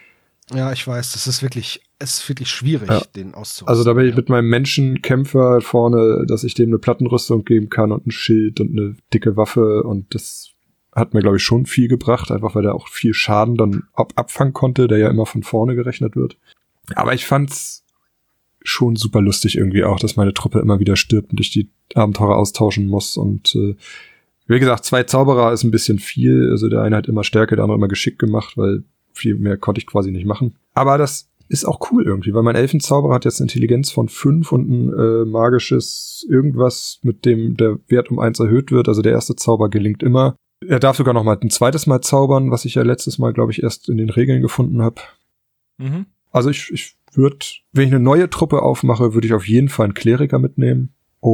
Ja, ich weiß, das ist wirklich, es ist wirklich schwierig, ja. den auszurüsten. Also da bin ich mit meinem Menschenkämpfer vorne, dass ich dem eine Plattenrüstung geben kann und ein Schild und eine dicke Waffe und das hat mir, glaube ich, schon viel gebracht, einfach weil der auch viel Schaden dann ab- abfangen konnte, der ja immer von vorne gerechnet wird. Aber ich fand's schon super lustig irgendwie auch, dass meine Truppe immer wieder stirbt und ich die Abenteurer austauschen muss und äh, wie gesagt, zwei Zauberer ist ein bisschen viel, also der eine hat immer Stärke, der andere immer Geschick gemacht, weil viel mehr konnte ich quasi nicht machen. Aber das ist auch cool irgendwie, weil mein Elfenzauberer hat jetzt eine Intelligenz von fünf und ein äh, magisches irgendwas, mit dem der Wert um eins erhöht wird, also der erste Zauber gelingt immer. Er darf sogar noch mal ein zweites Mal zaubern, was ich ja letztes Mal, glaube ich, erst in den Regeln gefunden habe. Mhm. Also ich, ich würde, wenn ich eine neue Truppe aufmache, würde ich auf jeden Fall einen Kleriker mitnehmen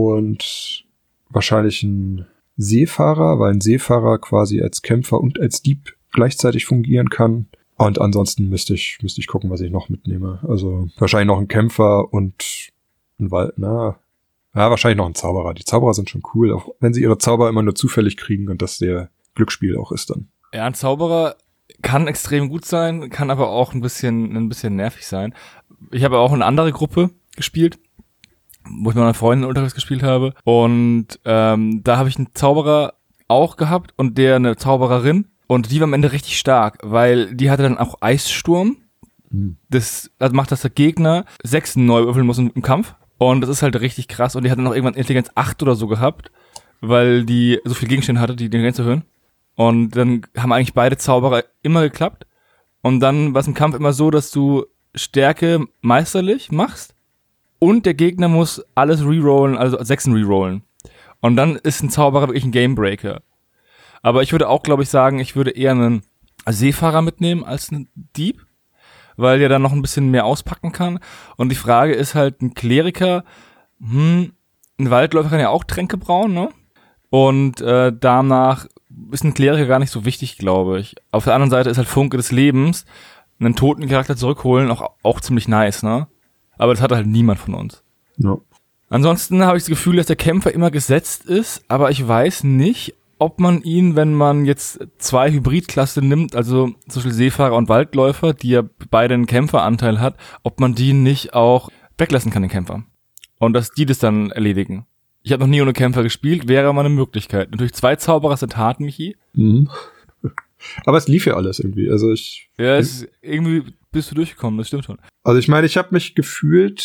und wahrscheinlich einen Seefahrer, weil ein Seefahrer quasi als Kämpfer und als Dieb gleichzeitig fungieren kann. Und ansonsten müsste ich, müsste ich gucken, was ich noch mitnehme. Also wahrscheinlich noch ein Kämpfer und ein Wald, na, ja, wahrscheinlich noch ein Zauberer. Die Zauberer sind schon cool, auch wenn sie ihre Zauber immer nur zufällig kriegen und das sehr Glücksspiel auch ist dann. Ja, ein Zauberer kann extrem gut sein, kann aber auch ein bisschen, ein bisschen nervig sein. Ich habe auch eine andere Gruppe gespielt, wo ich mit meiner Freundin unterwegs gespielt habe. Und ähm, da habe ich einen Zauberer auch gehabt und der eine Zaubererin. Und die war am Ende richtig stark, weil die hatte dann auch Eissturm. Hm. Das, also macht, dass der Gegner sechs neu würfeln muss im, im Kampf. Und das ist halt richtig krass. Und die hat dann auch irgendwann Intelligenz acht oder so gehabt, weil die so viel Gegenstände hatte, die Intelligenz erhöhen. Und dann haben eigentlich beide Zauberer immer geklappt. Und dann war es im Kampf immer so, dass du Stärke meisterlich machst und der Gegner muss alles rerollen, also Sechsen rerollen. Und dann ist ein Zauberer wirklich ein Gamebreaker. Aber ich würde auch, glaube ich, sagen, ich würde eher einen Seefahrer mitnehmen als einen Dieb, weil der dann noch ein bisschen mehr auspacken kann. Und die Frage ist halt, ein Kleriker, hm, ein Waldläufer kann ja auch Tränke brauen, ne? Und äh, danach ist ein Kleriker gar nicht so wichtig, glaube ich. Auf der anderen Seite ist halt Funke des Lebens, einen toten Charakter zurückholen, auch, auch ziemlich nice, ne? Aber das hat halt niemand von uns. Ja. Ansonsten habe ich das Gefühl, dass der Kämpfer immer gesetzt ist, aber ich weiß nicht, ob man ihn, wenn man jetzt zwei Hybridklassen nimmt, also zum Beispiel Seefahrer und Waldläufer, die ja beide einen Kämpferanteil hat, ob man die nicht auch weglassen kann, den Kämpfer. Und dass die das dann erledigen. Ich habe noch nie ohne Kämpfer gespielt, wäre mal eine Möglichkeit. Natürlich zwei Zauberer sind hart, Michi. Mhm. Aber es lief ja alles irgendwie. Also ich. Ja, es irgendwie bist du durchgekommen, das stimmt schon. Also ich meine, ich habe mich gefühlt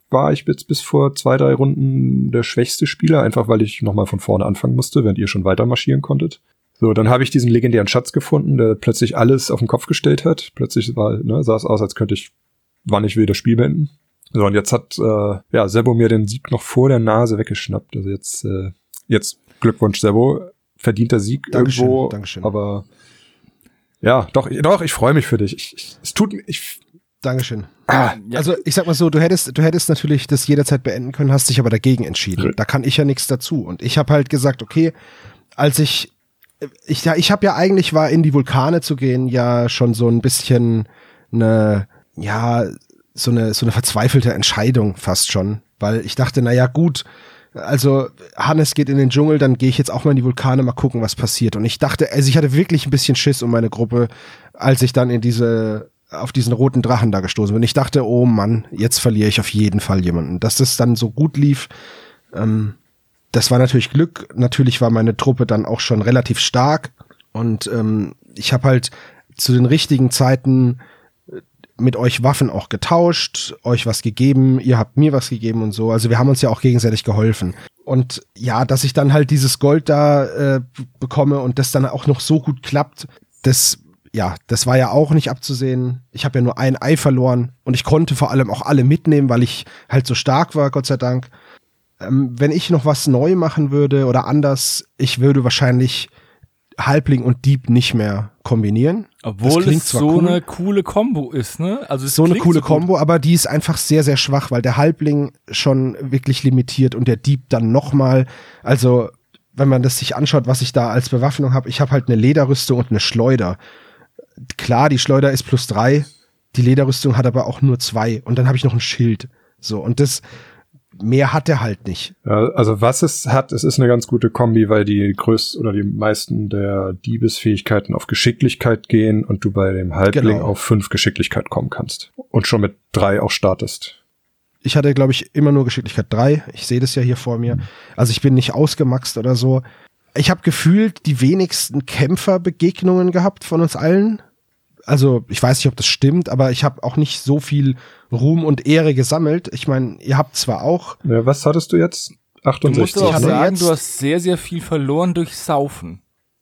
war ich bis, bis vor zwei, drei Runden der schwächste Spieler, einfach weil ich nochmal von vorne anfangen musste, während ihr schon weiter marschieren konntet. So, dann habe ich diesen legendären Schatz gefunden, der plötzlich alles auf den Kopf gestellt hat. Plötzlich war, ne, sah es aus, als könnte ich, wann ich will, das Spiel beenden. So, und jetzt hat äh, ja Sebo mir den Sieg noch vor der Nase weggeschnappt. Also jetzt, äh, jetzt Glückwunsch, Sebo. Verdienter Sieg Dankeschön, irgendwo. Dankeschön. Aber ja, doch, doch, ich freue mich für dich. Ich, ich, es tut ich Dankeschön. Ah, also ich sag mal so, du hättest, du hättest natürlich das jederzeit beenden können, hast dich aber dagegen entschieden. Da kann ich ja nichts dazu. Und ich habe halt gesagt, okay, als ich, ich ja, ich habe ja eigentlich war in die Vulkane zu gehen ja schon so ein bisschen eine, ja, so eine so eine verzweifelte Entscheidung fast schon, weil ich dachte, na ja gut, also Hannes geht in den Dschungel, dann gehe ich jetzt auch mal in die Vulkane, mal gucken, was passiert. Und ich dachte, also ich hatte wirklich ein bisschen Schiss um meine Gruppe, als ich dann in diese auf diesen roten Drachen da gestoßen bin. Ich dachte, oh Mann, jetzt verliere ich auf jeden Fall jemanden. Dass das dann so gut lief, ähm, das war natürlich Glück. Natürlich war meine Truppe dann auch schon relativ stark und ähm, ich habe halt zu den richtigen Zeiten mit euch Waffen auch getauscht, euch was gegeben, ihr habt mir was gegeben und so. Also wir haben uns ja auch gegenseitig geholfen. Und ja, dass ich dann halt dieses Gold da äh, bekomme und das dann auch noch so gut klappt, das ja, das war ja auch nicht abzusehen. Ich habe ja nur ein Ei verloren und ich konnte vor allem auch alle mitnehmen, weil ich halt so stark war, Gott sei Dank. Ähm, wenn ich noch was neu machen würde oder anders, ich würde wahrscheinlich Halbling und Dieb nicht mehr kombinieren. Obwohl es so cool. eine coole Kombo ist, ne? Also es so eine coole so Kombo, aber die ist einfach sehr, sehr schwach, weil der Halbling schon wirklich limitiert und der Dieb dann nochmal. Also wenn man das sich anschaut, was ich da als Bewaffnung habe, ich habe halt eine Lederrüstung und eine Schleuder. Klar, die Schleuder ist plus drei, die Lederrüstung hat aber auch nur zwei und dann habe ich noch ein Schild. So, und das, mehr hat er halt nicht. Ja, also was es hat, es ist eine ganz gute Kombi, weil die größten oder die meisten der Diebesfähigkeiten auf Geschicklichkeit gehen und du bei dem Halbling genau. auf fünf Geschicklichkeit kommen kannst und schon mit drei auch startest. Ich hatte, glaube ich, immer nur Geschicklichkeit drei. Ich sehe das ja hier vor mir. Also ich bin nicht ausgemaxt oder so. Ich habe gefühlt die wenigsten Kämpferbegegnungen gehabt von uns allen. Also ich weiß nicht, ob das stimmt, aber ich habe auch nicht so viel Ruhm und Ehre gesammelt. Ich meine, ihr habt zwar auch... Ja, was hattest du jetzt? achtundsechzig. Du musst auch ne? sagen, jetzt, du hast sehr, sehr viel verloren durch Saufen.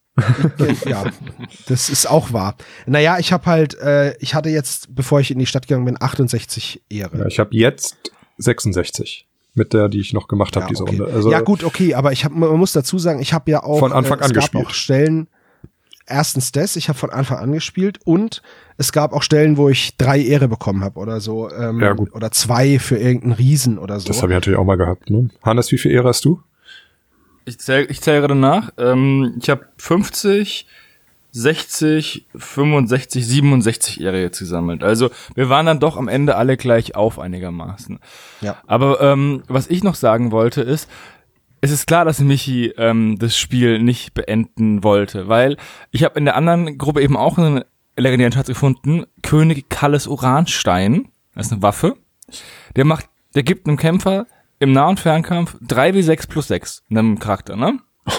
Ja, das ist auch wahr. Naja, ich habe halt, äh, ich hatte jetzt, bevor ich in die Stadt gegangen bin, achtundsechzig Ehre. Ja, ich habe jetzt sechsundsechzig. Mit der, die ich noch gemacht habe, ja, diese okay. Runde. Also ja gut, okay, aber ich hab, man muss dazu sagen, ich habe ja auch von Anfang äh, an es gab gespielt. auch Stellen, erstens das, ich habe von Anfang an gespielt und es gab auch Stellen, wo ich drei Ehre bekommen habe oder so. Ähm, ja, gut. Oder zwei für irgendeinen Riesen oder so. Das habe ich natürlich auch mal gehabt. Ne? Hannes, wie viel Ehre hast du? Ich zähle ich zähl gerade nach. Ähm, ich habe fünfzig, sechzig, fünfundsechzig, siebenundsechzig Ehre jetzt gesammelt. Also wir waren dann doch am Ende alle gleich auf einigermaßen. Ja. Aber ähm, was ich noch sagen wollte ist, es ist klar, dass Michi ähm, das Spiel nicht beenden wollte, weil ich habe in der anderen Gruppe eben auch einen legendären Schatz gefunden, König Kalles Uranstein, das ist eine Waffe, der macht, der gibt einem Kämpfer im Nah- und Fernkampf drei W sechs plus sechs, einem Charakter, ne?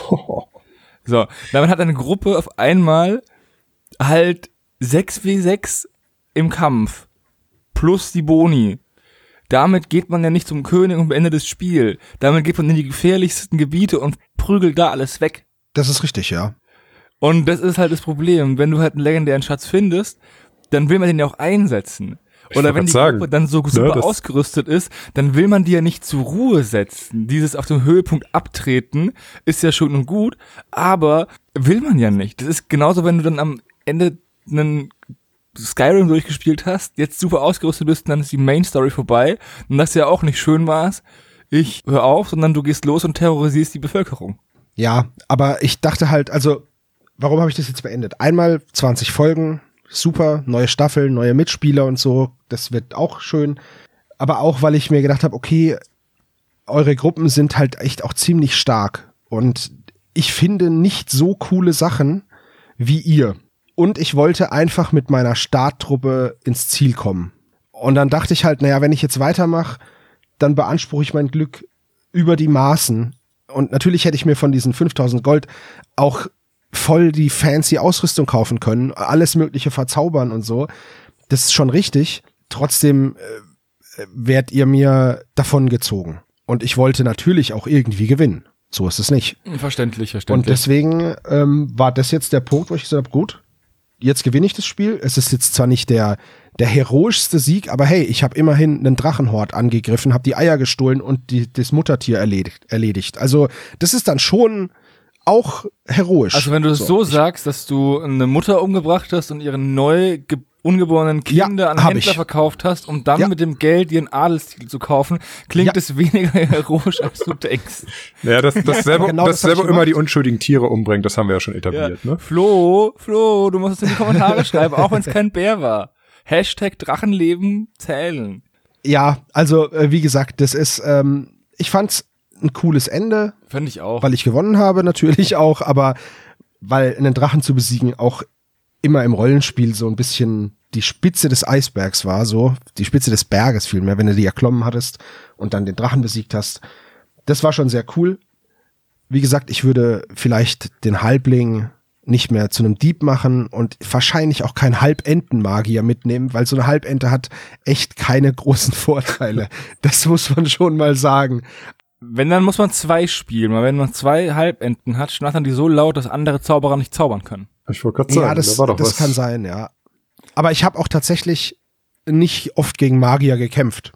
So, damit hat eine Gruppe auf einmal halt sechs W sechs im Kampf plus die Boni. Damit geht man ja nicht zum König und beendet das Spiel. Damit geht man in die gefährlichsten Gebiete und prügelt da alles weg. Das ist richtig, ja. Und das ist halt das Problem. Wenn du halt einen legendären Schatz findest, dann will man den ja auch einsetzen. Ich Oder wenn die sagen, Gruppe dann so super ne, ausgerüstet ist, dann will man die ja nicht zur Ruhe setzen. Dieses auf dem Höhepunkt abtreten ist ja schon und gut, aber will man ja nicht. Das ist genauso, wenn du dann am Ende einen Skyrim durchgespielt hast, jetzt super ausgerüstet bist und dann ist die Main Story vorbei und das ja auch nicht schön war's. Ich hör auf, sondern du gehst los und terrorisierst die Bevölkerung. Ja, aber ich dachte halt, also, warum habe ich das jetzt beendet? Einmal zwanzig Folgen, super, neue Staffel, neue Mitspieler und so, das wird auch schön. Aber auch, weil ich mir gedacht habe, okay, eure Gruppen sind halt echt auch ziemlich stark und ich finde nicht so coole Sachen wie ihr. Und ich wollte einfach mit meiner Starttruppe ins Ziel kommen. Und dann dachte ich halt, naja, wenn ich jetzt weitermache, dann beanspruche ich mein Glück über die Maßen. Und natürlich hätte ich mir von diesen fünftausend Gold auch voll die fancy Ausrüstung kaufen können, alles mögliche verzaubern und so. Das ist schon richtig. Trotzdem wärt ihr mir davongezogen. Und ich wollte natürlich auch irgendwie gewinnen. So ist es nicht. Verständlich, verständlich. Und deswegen ähm, war das jetzt der Punkt, wo ich gesagt habe, gut, jetzt gewinne ich das Spiel. Es ist jetzt zwar nicht der, der heroischste Sieg, aber hey, ich habe immerhin einen Drachenhort angegriffen, habe die Eier gestohlen und die, das Muttertier erledigt, erledigt. Also das ist dann schon auch heroisch. Also wenn du es so, so sagst, dass du eine Mutter umgebracht hast und ihre neu ge- ungeborenen Kinder ja, an Händler ich. verkauft hast, um dann ja. mit dem Geld ihren Adelstitel zu kaufen, klingt ja. es weniger heroisch, als du denkst. Ja, das, das selber, genau das das selber immer immer die unschuldigen Tiere umbringt, das haben wir ja schon etabliert, Ja. ne? Flo, Flo, du musst es in die Kommentare schreiben, auch wenn es kein Bär war. Hashtag Drachenleben zählen. Ja, also äh, wie gesagt, das ist, ähm, ich fand's ein cooles Ende. Fand ich auch. Weil ich gewonnen habe, natürlich auch, aber weil einen Drachen zu besiegen auch immer im Rollenspiel so ein bisschen die Spitze des Eisbergs war, so die Spitze des Berges vielmehr, wenn du die erklommen hattest und dann den Drachen besiegt hast. Das war schon sehr cool. Wie gesagt, ich würde vielleicht den Halbling nicht mehr zu einem Dieb machen und wahrscheinlich auch keinen Halbentenmagier mitnehmen, weil so eine Halbente hat echt keine großen Vorteile. Das muss man schon mal sagen. Wenn, dann muss man zwei spielen, weil wenn man zwei Halbenten hat, schnattern die so laut, dass andere Zauberer nicht zaubern können. Ich wollte gerade sagen, ja, das, da war doch das was. kann sein, ja. Aber ich habe auch tatsächlich nicht oft gegen Magier gekämpft.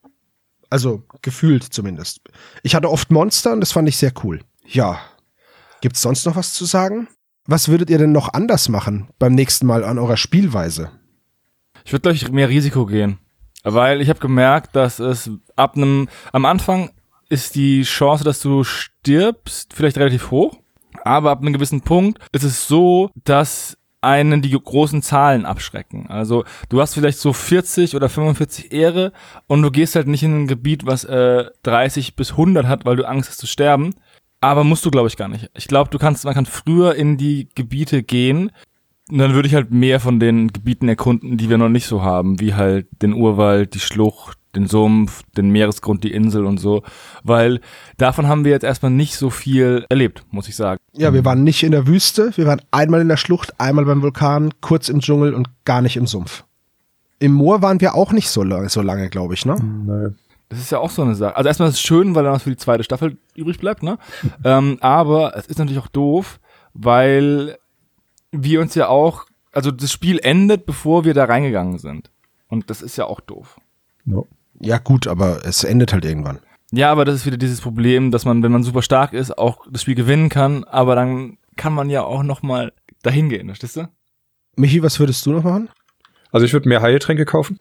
Also gefühlt zumindest. Ich hatte oft Monster und das fand ich sehr cool. Ja. Gibt's sonst noch was zu sagen? Was würdet ihr denn noch anders machen beim nächsten Mal an eurer Spielweise? Ich würde, glaube ich, mehr Risiko gehen. Weil ich habe gemerkt, dass es ab einem, am Anfang ist die Chance, dass du stirbst, vielleicht relativ hoch. Aber ab einem gewissen Punkt ist es so, dass einen die großen Zahlen abschrecken. Also du hast vielleicht so vierzig oder fünfundvierzig Ehre und du gehst halt nicht in ein Gebiet, was äh, dreißig bis hundert hat, weil du Angst hast zu sterben. Aber musst du, glaube ich, gar nicht. Ich glaube, du kannst, man kann früher in die Gebiete gehen und dann würde ich halt mehr von den Gebieten erkunden, die wir noch nicht so haben, wie halt den Urwald, die Schlucht, den Sumpf, den Meeresgrund, die Insel und so, weil davon haben wir jetzt erstmal nicht so viel erlebt, muss ich sagen. Ja, wir waren nicht in der Wüste, wir waren einmal in der Schlucht, einmal beim Vulkan, kurz im Dschungel und gar nicht im Sumpf. Im Moor waren wir auch nicht so lange, so lange, glaube ich, ne? Nein. Das ist ja auch so eine Sache. Also erstmal ist es schön, weil dann was für die zweite Staffel übrig bleibt, ne? ähm, aber es ist natürlich auch doof, weil wir uns ja auch, also das Spiel endet, bevor wir da reingegangen sind. Und das ist ja auch doof. No. Ja gut, aber es endet halt irgendwann. Ja, aber das ist wieder dieses Problem, dass man, wenn man super stark ist, auch das Spiel gewinnen kann, aber dann kann man ja auch noch mal dahin gehen, verstehst du? Michi, was würdest du noch machen? Also ich würde mehr Heiltränke kaufen.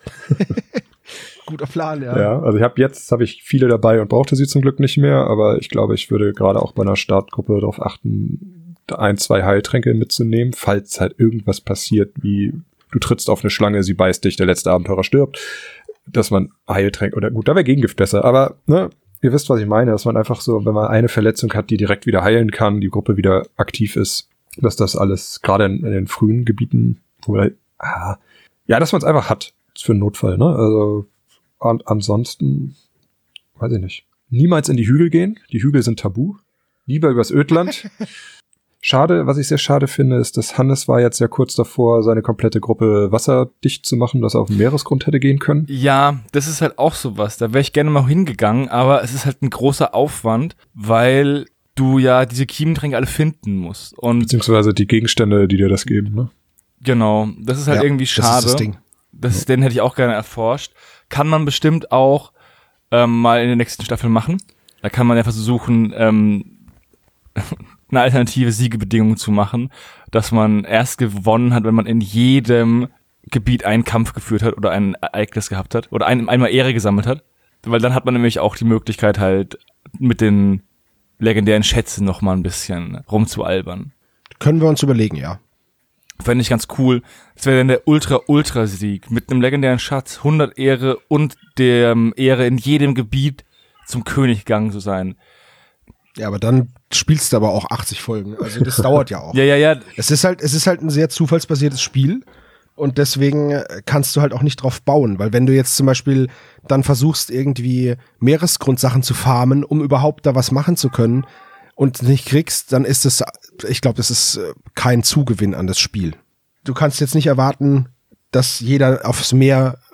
Guter Plan, ja. Ja, also ich habe jetzt habe ich viele dabei und brauchte sie zum Glück nicht mehr, aber ich glaube, ich würde gerade auch bei einer Startgruppe darauf achten, ein, zwei Heiltränke mitzunehmen, falls halt irgendwas passiert, wie du trittst auf eine Schlange, sie beißt dich, der letzte Abenteurer stirbt, dass man Heiltränke, oder gut, da wäre Gegengift besser, aber ne, ihr wisst, was ich meine, dass man einfach so, wenn man eine Verletzung hat, die direkt wieder heilen kann, die Gruppe wieder aktiv ist, dass das alles gerade in, in den frühen Gebieten, oder, ah, ja, dass man es einfach hat, für einen Notfall, ne, also und ansonsten, weiß ich nicht, niemals in die Hügel gehen, die Hügel sind tabu, lieber übers Ödland. Schade, was ich sehr schade finde, ist, dass Hannes war jetzt ja kurz davor, seine komplette Gruppe wasserdicht zu machen, dass er auf den Meeresgrund hätte gehen können. Ja, das ist halt auch sowas. Da wäre ich gerne mal hingegangen, aber es ist halt ein großer Aufwand, weil du ja diese Kiementränke alle finden musst. Und beziehungsweise die Gegenstände, die dir das geben, ne? Genau, das ist halt Ja, irgendwie schade. Das ist das Ding. Das ist, den hätte ich auch gerne erforscht. Kann man bestimmt auch ähm, mal in der nächsten Staffel machen. Da kann man ja versuchen, ähm, eine alternative Siegebedingung zu machen, dass man erst gewonnen hat, wenn man in jedem Gebiet einen Kampf geführt hat oder ein Ereignis gehabt hat oder ein, einmal Ehre gesammelt hat. Weil dann hat man nämlich auch die Möglichkeit halt mit den legendären Schätzen noch mal ein bisschen rumzualbern. Können wir uns überlegen, ja. Fände ich ganz cool. Das wäre dann der Ultra-Ultra-Sieg mit einem legendären Schatz, hundert Ehre und der Ehre in jedem Gebiet zum König gegangen zu sein. Ja, aber dann spielst du aber auch achtzig Folgen. Also das dauert ja auch. Ja, ja, ja. Es ist halt, es ist halt ein sehr zufallsbasiertes Spiel und deswegen kannst du halt auch nicht drauf bauen, weil wenn du jetzt zum Beispiel dann versuchst, irgendwie Meeresgrundsachen zu farmen, um überhaupt da was machen zu können und nicht kriegst, dann ist es, ich glaube, das ist kein Zugewinn an das Spiel. Du kannst jetzt nicht erwarten, dass jeder aufs Meer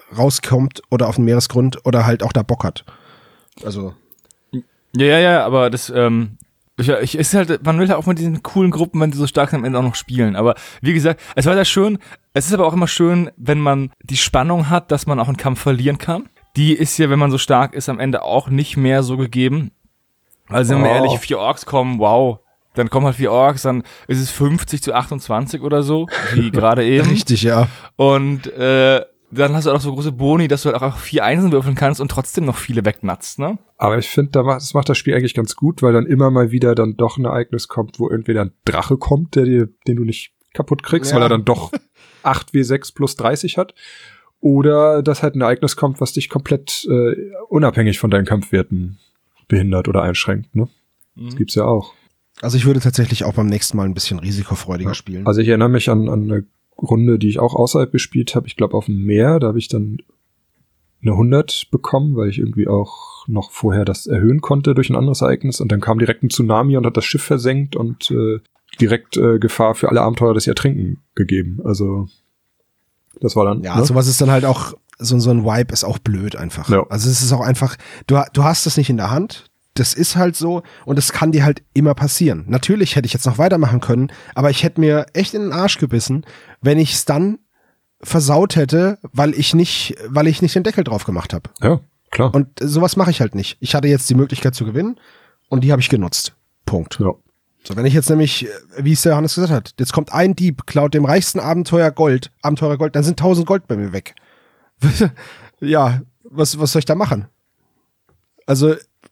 rauskommt oder auf den Meeresgrund oder halt auch da Bock hat. Also. Ja, ja, ja, aber das, ähm, ich, ich, ist halt, man will ja auch mit diesen coolen Gruppen, wenn sie so stark sind, am Ende auch noch spielen. Aber wie gesagt, es war sehr schön. Es ist aber auch immer schön, wenn man die Spannung hat, dass man auch einen Kampf verlieren kann. Die ist ja, wenn man so stark ist, am Ende auch nicht mehr so gegeben. Also, wenn wir Oh. ehrlich, vier Orks kommen, wow. Dann kommen halt vier Orks, dann ist es fünfzig zu achtundzwanzig oder so, wie gerade eben. Richtig, ja. Und äh, dann hast du auch noch so große Boni, dass du halt auch vier Einsen würfeln kannst und trotzdem noch viele wegnatzt, ne? Aber ich finde, da macht, das macht das Spiel eigentlich ganz gut, weil dann immer mal wieder dann doch ein Ereignis kommt, wo entweder ein Drache kommt, der dir, den du nicht kaputt kriegst, Ja. weil er dann doch acht W sechs plus dreißig hat. Oder dass halt ein Ereignis kommt, was dich komplett äh, unabhängig von deinen Kampfwerten behindert oder einschränkt, ne? Das gibt's ja auch. Also ich würde tatsächlich auch beim nächsten Mal ein bisschen risikofreudiger spielen. Also ich erinnere mich an, an eine Runde, die ich auch außerhalb gespielt habe. Ich glaube auf dem Meer, da habe ich dann eine hundert bekommen, weil ich irgendwie auch noch vorher das erhöhen konnte durch ein anderes Ereignis. Und dann kam direkt ein Tsunami und hat das Schiff versenkt und äh, direkt äh, Gefahr für alle Abenteurer des Ertrinken gegeben. Also das war dann... Ja, ne? sowas ist dann halt auch, so, so ein Vibe ist auch blöd einfach. Ja. Also es ist auch einfach, du, du hast es nicht in der Hand, das ist halt so und es kann dir halt immer passieren. Natürlich hätte ich jetzt noch weitermachen können, aber ich hätte mir echt in den Arsch gebissen, wenn ich es dann versaut hätte, weil ich nicht, weil ich nicht den Deckel drauf gemacht habe. Ja, klar. Und sowas mache ich halt nicht. Ich hatte jetzt die Möglichkeit zu gewinnen und die habe ich genutzt. Punkt. ja. So, wenn ich jetzt nämlich, wie es der Johannes gesagt hat, jetzt kommt ein Dieb, klaut dem reichsten Abenteuer Gold, Abenteurer Gold, dann sind tausend Gold bei mir weg. Ja, was, was soll ich da machen? Also,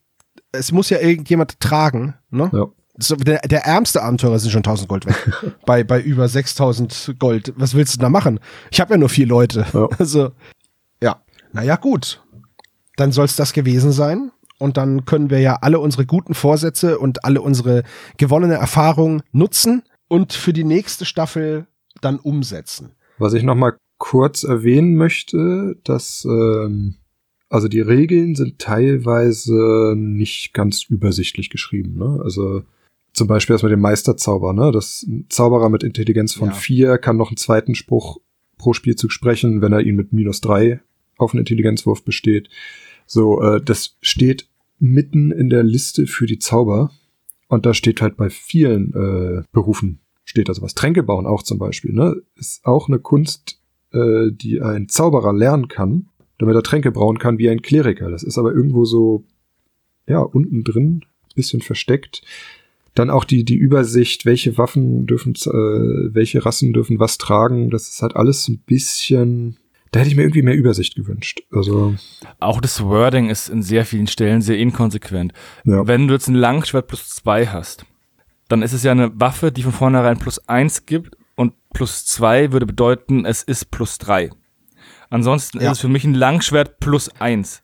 es muss ja irgendjemand tragen, ne? Ja. So, der, der ärmste Abenteurer sind schon tausend Gold weg. bei, bei über sechstausend Gold. Was willst du da machen? Ich habe ja nur vier Leute. Ja. Also, ja. Naja, gut. Dann soll es das gewesen sein. Und dann können wir ja alle unsere guten Vorsätze und alle unsere gewonnene Erfahrung nutzen und für die nächste Staffel dann umsetzen. Was ich noch mal kurz erwähnen möchte, dass ähm, also die Regeln sind teilweise nicht ganz übersichtlich geschrieben, ne? Also zum Beispiel das mit dem Meisterzauber, ne? Das ein Zauberer mit Intelligenz von Ja. vier kann noch einen zweiten Spruch pro Spielzug sprechen, wenn er ihn mit minus drei auf einen Intelligenzwurf besteht. So, äh, das steht mitten in der Liste für die Zauber und da steht halt bei vielen äh, Berufen steht also was. Tränke bauen auch zum Beispiel, ne? Ist auch eine Kunst, äh, die ein Zauberer lernen kann, damit er Tränke brauen kann wie ein Kleriker. Das ist aber irgendwo so, ja, unten drin, bisschen versteckt. Dann auch die, die Übersicht, welche Waffen dürfen, äh, welche Rassen dürfen was tragen. Das ist halt alles ein bisschen, da hätte ich mir irgendwie mehr Übersicht gewünscht. Also, Auch das Wording ist in sehr vielen Stellen sehr inkonsequent. ja. Wenn du jetzt ein Langschwert plus zwei hast, dann ist es ja eine Waffe, die von vornherein plus eins gibt und plus zwei würde bedeuten, es ist plus drei. Ansonsten Ja. ist es für mich ein Langschwert plus eins.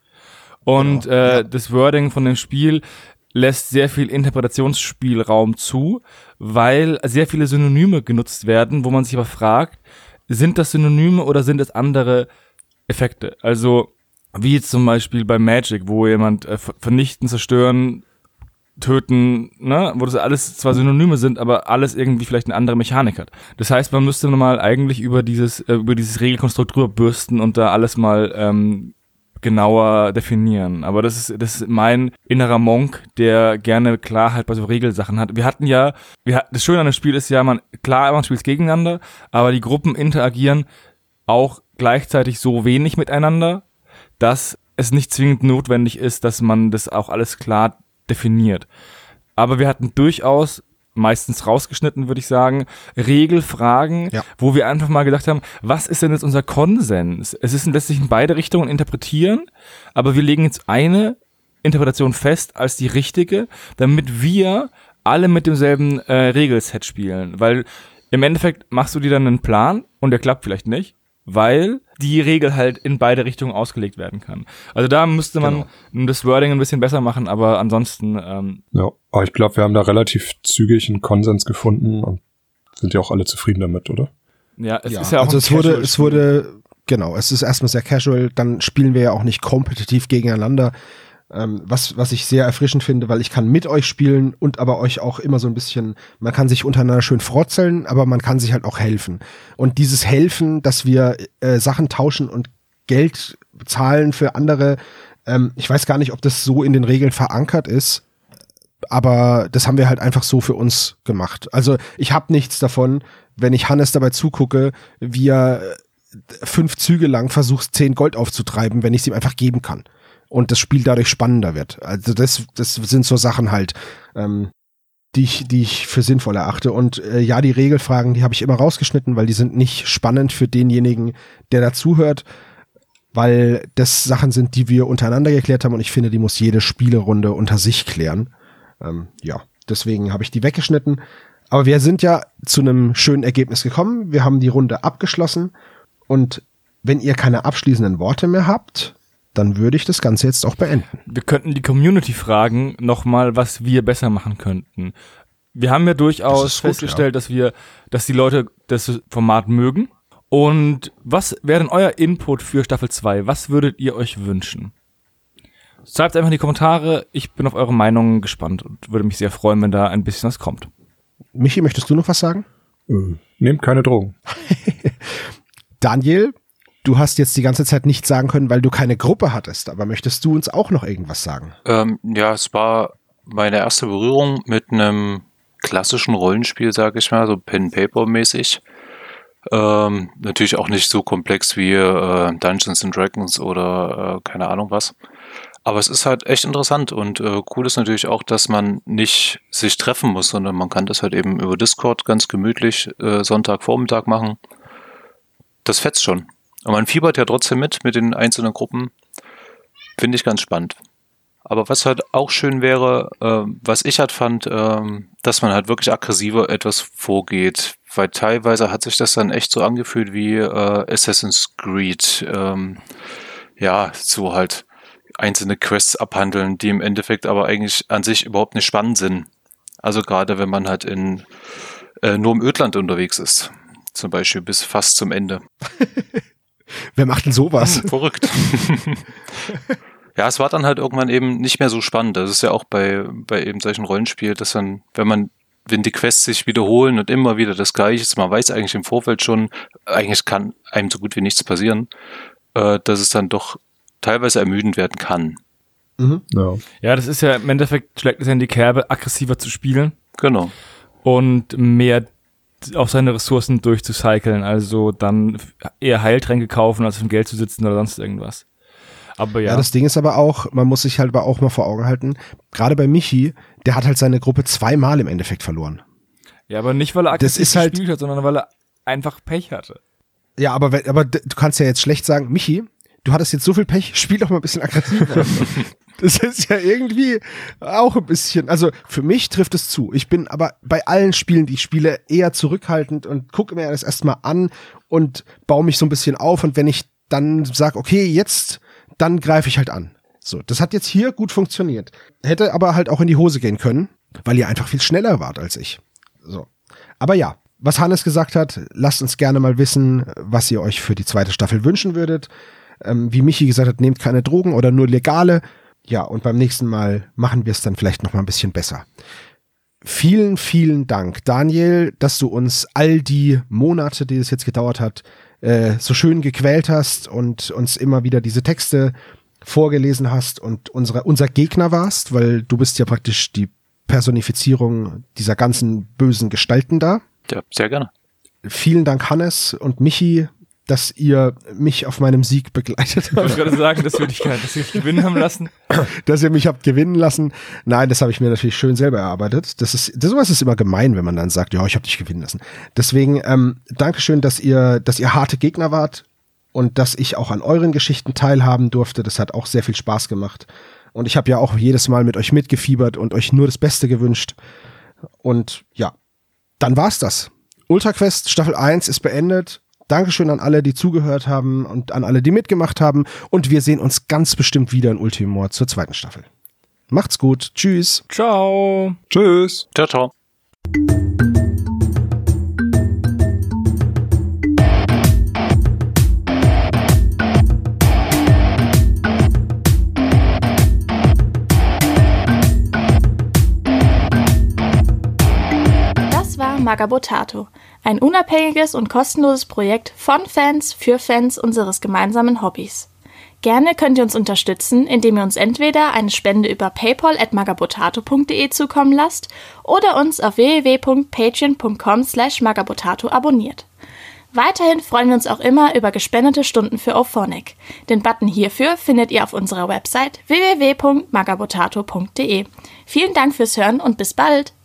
Und Genau, äh, ja. das Wording von dem Spiel lässt sehr viel Interpretationsspielraum zu, weil sehr viele Synonyme genutzt werden, wo man sich aber fragt, sind das Synonyme oder sind es andere Effekte? Also wie jetzt zum Beispiel bei Magic, wo jemand äh, vernichten, zerstören, töten, ne, wo das alles zwar Synonyme sind, aber alles irgendwie vielleicht eine andere Mechanik hat. Das heißt, man müsste mal eigentlich über dieses äh, über dieses Regelkonstrukt drüber bürsten und da alles mal ähm, genauer definieren. Aber das ist das ist mein innerer Monk, der gerne Klarheit bei so Regelsachen hat. Wir hatten ja, wir, das Schöne an dem Spiel ist ja, man klar, man spielt gegeneinander, aber die Gruppen interagieren auch gleichzeitig so wenig miteinander, dass es nicht zwingend notwendig ist, dass man das auch alles klar definiert. Aber wir hatten durchaus, meistens rausgeschnitten, würde ich sagen, Regelfragen, Ja. wo wir einfach mal gedacht haben, was ist denn jetzt unser Konsens? Es ist letztlich in beide Richtungen interpretieren, aber wir legen jetzt eine Interpretation fest als die richtige, damit wir alle mit demselben äh, Regelset spielen. Weil im Endeffekt machst du dir dann einen Plan und der klappt vielleicht nicht, weil die Regel halt in beide Richtungen ausgelegt werden kann. Also da müsste man Genau. das Wording ein bisschen besser machen, aber ansonsten ähm, Ja, aber ich glaube, wir haben da relativ zügig einen Konsens gefunden und sind ja auch alle zufrieden damit, oder? ja, es Ja, ist ja auch also ein es wurde, es Casual-Spiel. wurde, genau, es ist erstmal sehr casual, dann spielen wir ja auch nicht kompetitiv gegeneinander, ähm, was, was ich sehr erfrischend finde, weil ich kann mit euch spielen und aber euch auch immer so ein bisschen, man kann sich untereinander schön frotzeln, aber man kann sich halt auch helfen. Und dieses Helfen, dass wir äh, Sachen tauschen und Geld zahlen für andere. Ähm, ich weiß gar nicht, ob das so in den Regeln verankert ist, aber das haben wir halt einfach so für uns gemacht. Also ich habe nichts davon, wenn ich Hannes dabei zugucke, wie er fünf Züge lang versucht, zehn Gold aufzutreiben, wenn ich es ihm einfach geben kann. Und das Spiel dadurch spannender wird. Also das, das sind so Sachen halt, ähm, die ich, die ich für sinnvoll erachte. Und äh, ja, die Regelfragen, die habe ich immer rausgeschnitten, weil die sind nicht spannend für denjenigen, der dazuhört, weil das Sachen sind, die wir untereinander geklärt haben und ich finde, die muss jede Spielerunde unter sich klären. Ähm, ja, deswegen habe ich die weggeschnitten. Aber wir sind ja zu einem schönen Ergebnis gekommen. Wir haben die Runde abgeschlossen und wenn ihr keine abschließenden Worte mehr habt, dann würde ich das Ganze jetzt auch beenden. Wir könnten die Community fragen, nochmal, was wir besser machen könnten. Wir haben ja durchaus gut, festgestellt, ja. dass wir, dass die Leute das Format mögen. Und was wäre denn euer Input für Staffel zwei? Was würdet ihr euch wünschen? Schreibt einfach in die Kommentare. Ich bin auf eure Meinungen gespannt und würde mich sehr freuen, wenn da ein bisschen was kommt. Michi, möchtest du noch was sagen? Äh, nehmt keine Drogen. Daniel, du hast jetzt die ganze Zeit nichts sagen können, weil du keine Gruppe hattest. Aber möchtest du uns auch noch irgendwas sagen? Ähm, ja, es war meine erste Berührung mit einem klassischen Rollenspiel, sage ich mal, so Pen-Paper-mäßig. Ähm, natürlich auch nicht so komplex wie äh, Dungeons and Dragons oder äh, keine Ahnung was. Aber es ist halt echt interessant und äh, cool ist natürlich auch, dass man nicht sich treffen muss, sondern man kann das halt eben über Discord ganz gemütlich äh, Sonntagvormittag machen. Das fetzt schon. Und man fiebert ja trotzdem mit, mit den einzelnen Gruppen. Finde ich ganz spannend. Aber was halt auch schön wäre, äh, was ich halt fand, äh, dass man halt wirklich aggressiver etwas vorgeht. Weil teilweise hat sich das dann echt so angefühlt wie äh, Assassin's Creed. Ähm, ja, so halt einzelne Quests abhandeln, die im Endeffekt aber eigentlich an sich überhaupt nicht spannend sind. Also gerade wenn man halt in äh, nur im Ödland unterwegs ist. Zum Beispiel bis fast zum Ende. Wer macht denn sowas? Hm, verrückt. Ja, es war dann halt irgendwann eben nicht mehr so spannend. Das ist ja auch bei, bei eben solchen Rollenspielen, dass dann, wenn man, wenn die Quests sich wiederholen und immer wieder das Gleiche ist, man weiß eigentlich im Vorfeld schon, eigentlich kann einem so gut wie nichts passieren, äh, dass es dann doch teilweise ermüdend werden kann. Mhm. Ja. Ja, das ist ja im Endeffekt, schlägt es ja in die Kerbe, aggressiver zu spielen. Genau. Und mehr auf seine Ressourcen durchzucyclen, also dann eher Heiltränke kaufen, als im Geld zu sitzen oder sonst irgendwas. Aber ja. Ja, das Ding ist aber auch, man muss sich halt aber auch mal vor Augen halten, gerade bei Michi, der hat halt seine Gruppe zweimal im Endeffekt verloren. Ja, aber nicht, weil er aggressiv das ist halt, gespielt hat, sondern weil er einfach Pech hatte. Ja, aber, aber du kannst ja jetzt schlecht sagen, Michi, du hattest jetzt so viel Pech, spiel doch mal ein bisschen aggressiver. Das ist ja irgendwie auch ein bisschen, also für mich trifft es zu. Ich bin aber bei allen Spielen, die ich spiele, eher zurückhaltend und gucke mir das erstmal an und baue mich so ein bisschen auf. Und wenn ich dann sage, okay, jetzt, dann greife ich halt an. So, das hat jetzt hier gut funktioniert. Hätte aber halt auch in die Hose gehen können, weil ihr einfach viel schneller wart als ich. So. Aber ja, was Hannes gesagt hat, lasst uns gerne mal wissen, was ihr euch für die zweite Staffel wünschen würdet. Ähm, wie Michi gesagt hat, nehmt keine Drogen oder nur legale. Ja, und beim nächsten Mal machen wir es dann vielleicht noch mal ein bisschen besser. Vielen, vielen Dank, Daniel, dass du uns all die Monate, die es jetzt gedauert hat, äh, so schön gequält hast und uns immer wieder diese Texte vorgelesen hast und unsere, unser Gegner warst, weil du bist ja praktisch die Personifizierung dieser ganzen bösen Gestalten da. Ja, sehr gerne. Vielen Dank, Hannes und Michi, dass ihr mich auf meinem Sieg begleitet habt. Ich wollte gerade sagen, dass wir dich, dass wir dich gewinnen haben lassen. Dass ihr mich habt gewinnen lassen. Nein, das habe ich mir natürlich schön selber erarbeitet. Das ist, das, sowas ist immer gemein, wenn man dann sagt, ja, ich habe dich gewinnen lassen. Deswegen, ähm, Dankeschön, dass ihr, dass ihr harte Gegner wart und dass ich auch an euren Geschichten teilhaben durfte. Das hat auch sehr viel Spaß gemacht. Und ich habe ja auch jedes Mal mit euch mitgefiebert und euch nur das Beste gewünscht. Und ja, dann war's das. UltraQuest Staffel eins ist beendet. Dankeschön an alle, die zugehört haben und an alle, die mitgemacht haben. Und wir sehen uns ganz bestimmt wieder in Ultimor zur zweiten Staffel. Macht's gut. Tschüss. Ciao. Tschüss. Ciao, ciao. Magabotato, ein unabhängiges und kostenloses Projekt von Fans für Fans unseres gemeinsamen Hobbys. Gerne könnt ihr uns unterstützen, indem ihr uns entweder eine Spende über paypal at magabotato punkt de zukommen lasst oder uns auf w w w punkt patreon punkt com slash magabotato abonniert. Weiterhin freuen wir uns auch immer über gespendete Stunden für Auphonic. Den Button hierfür findet ihr auf unserer Website w w w punkt magabotato punkt de. Vielen Dank fürs Hören und bis bald!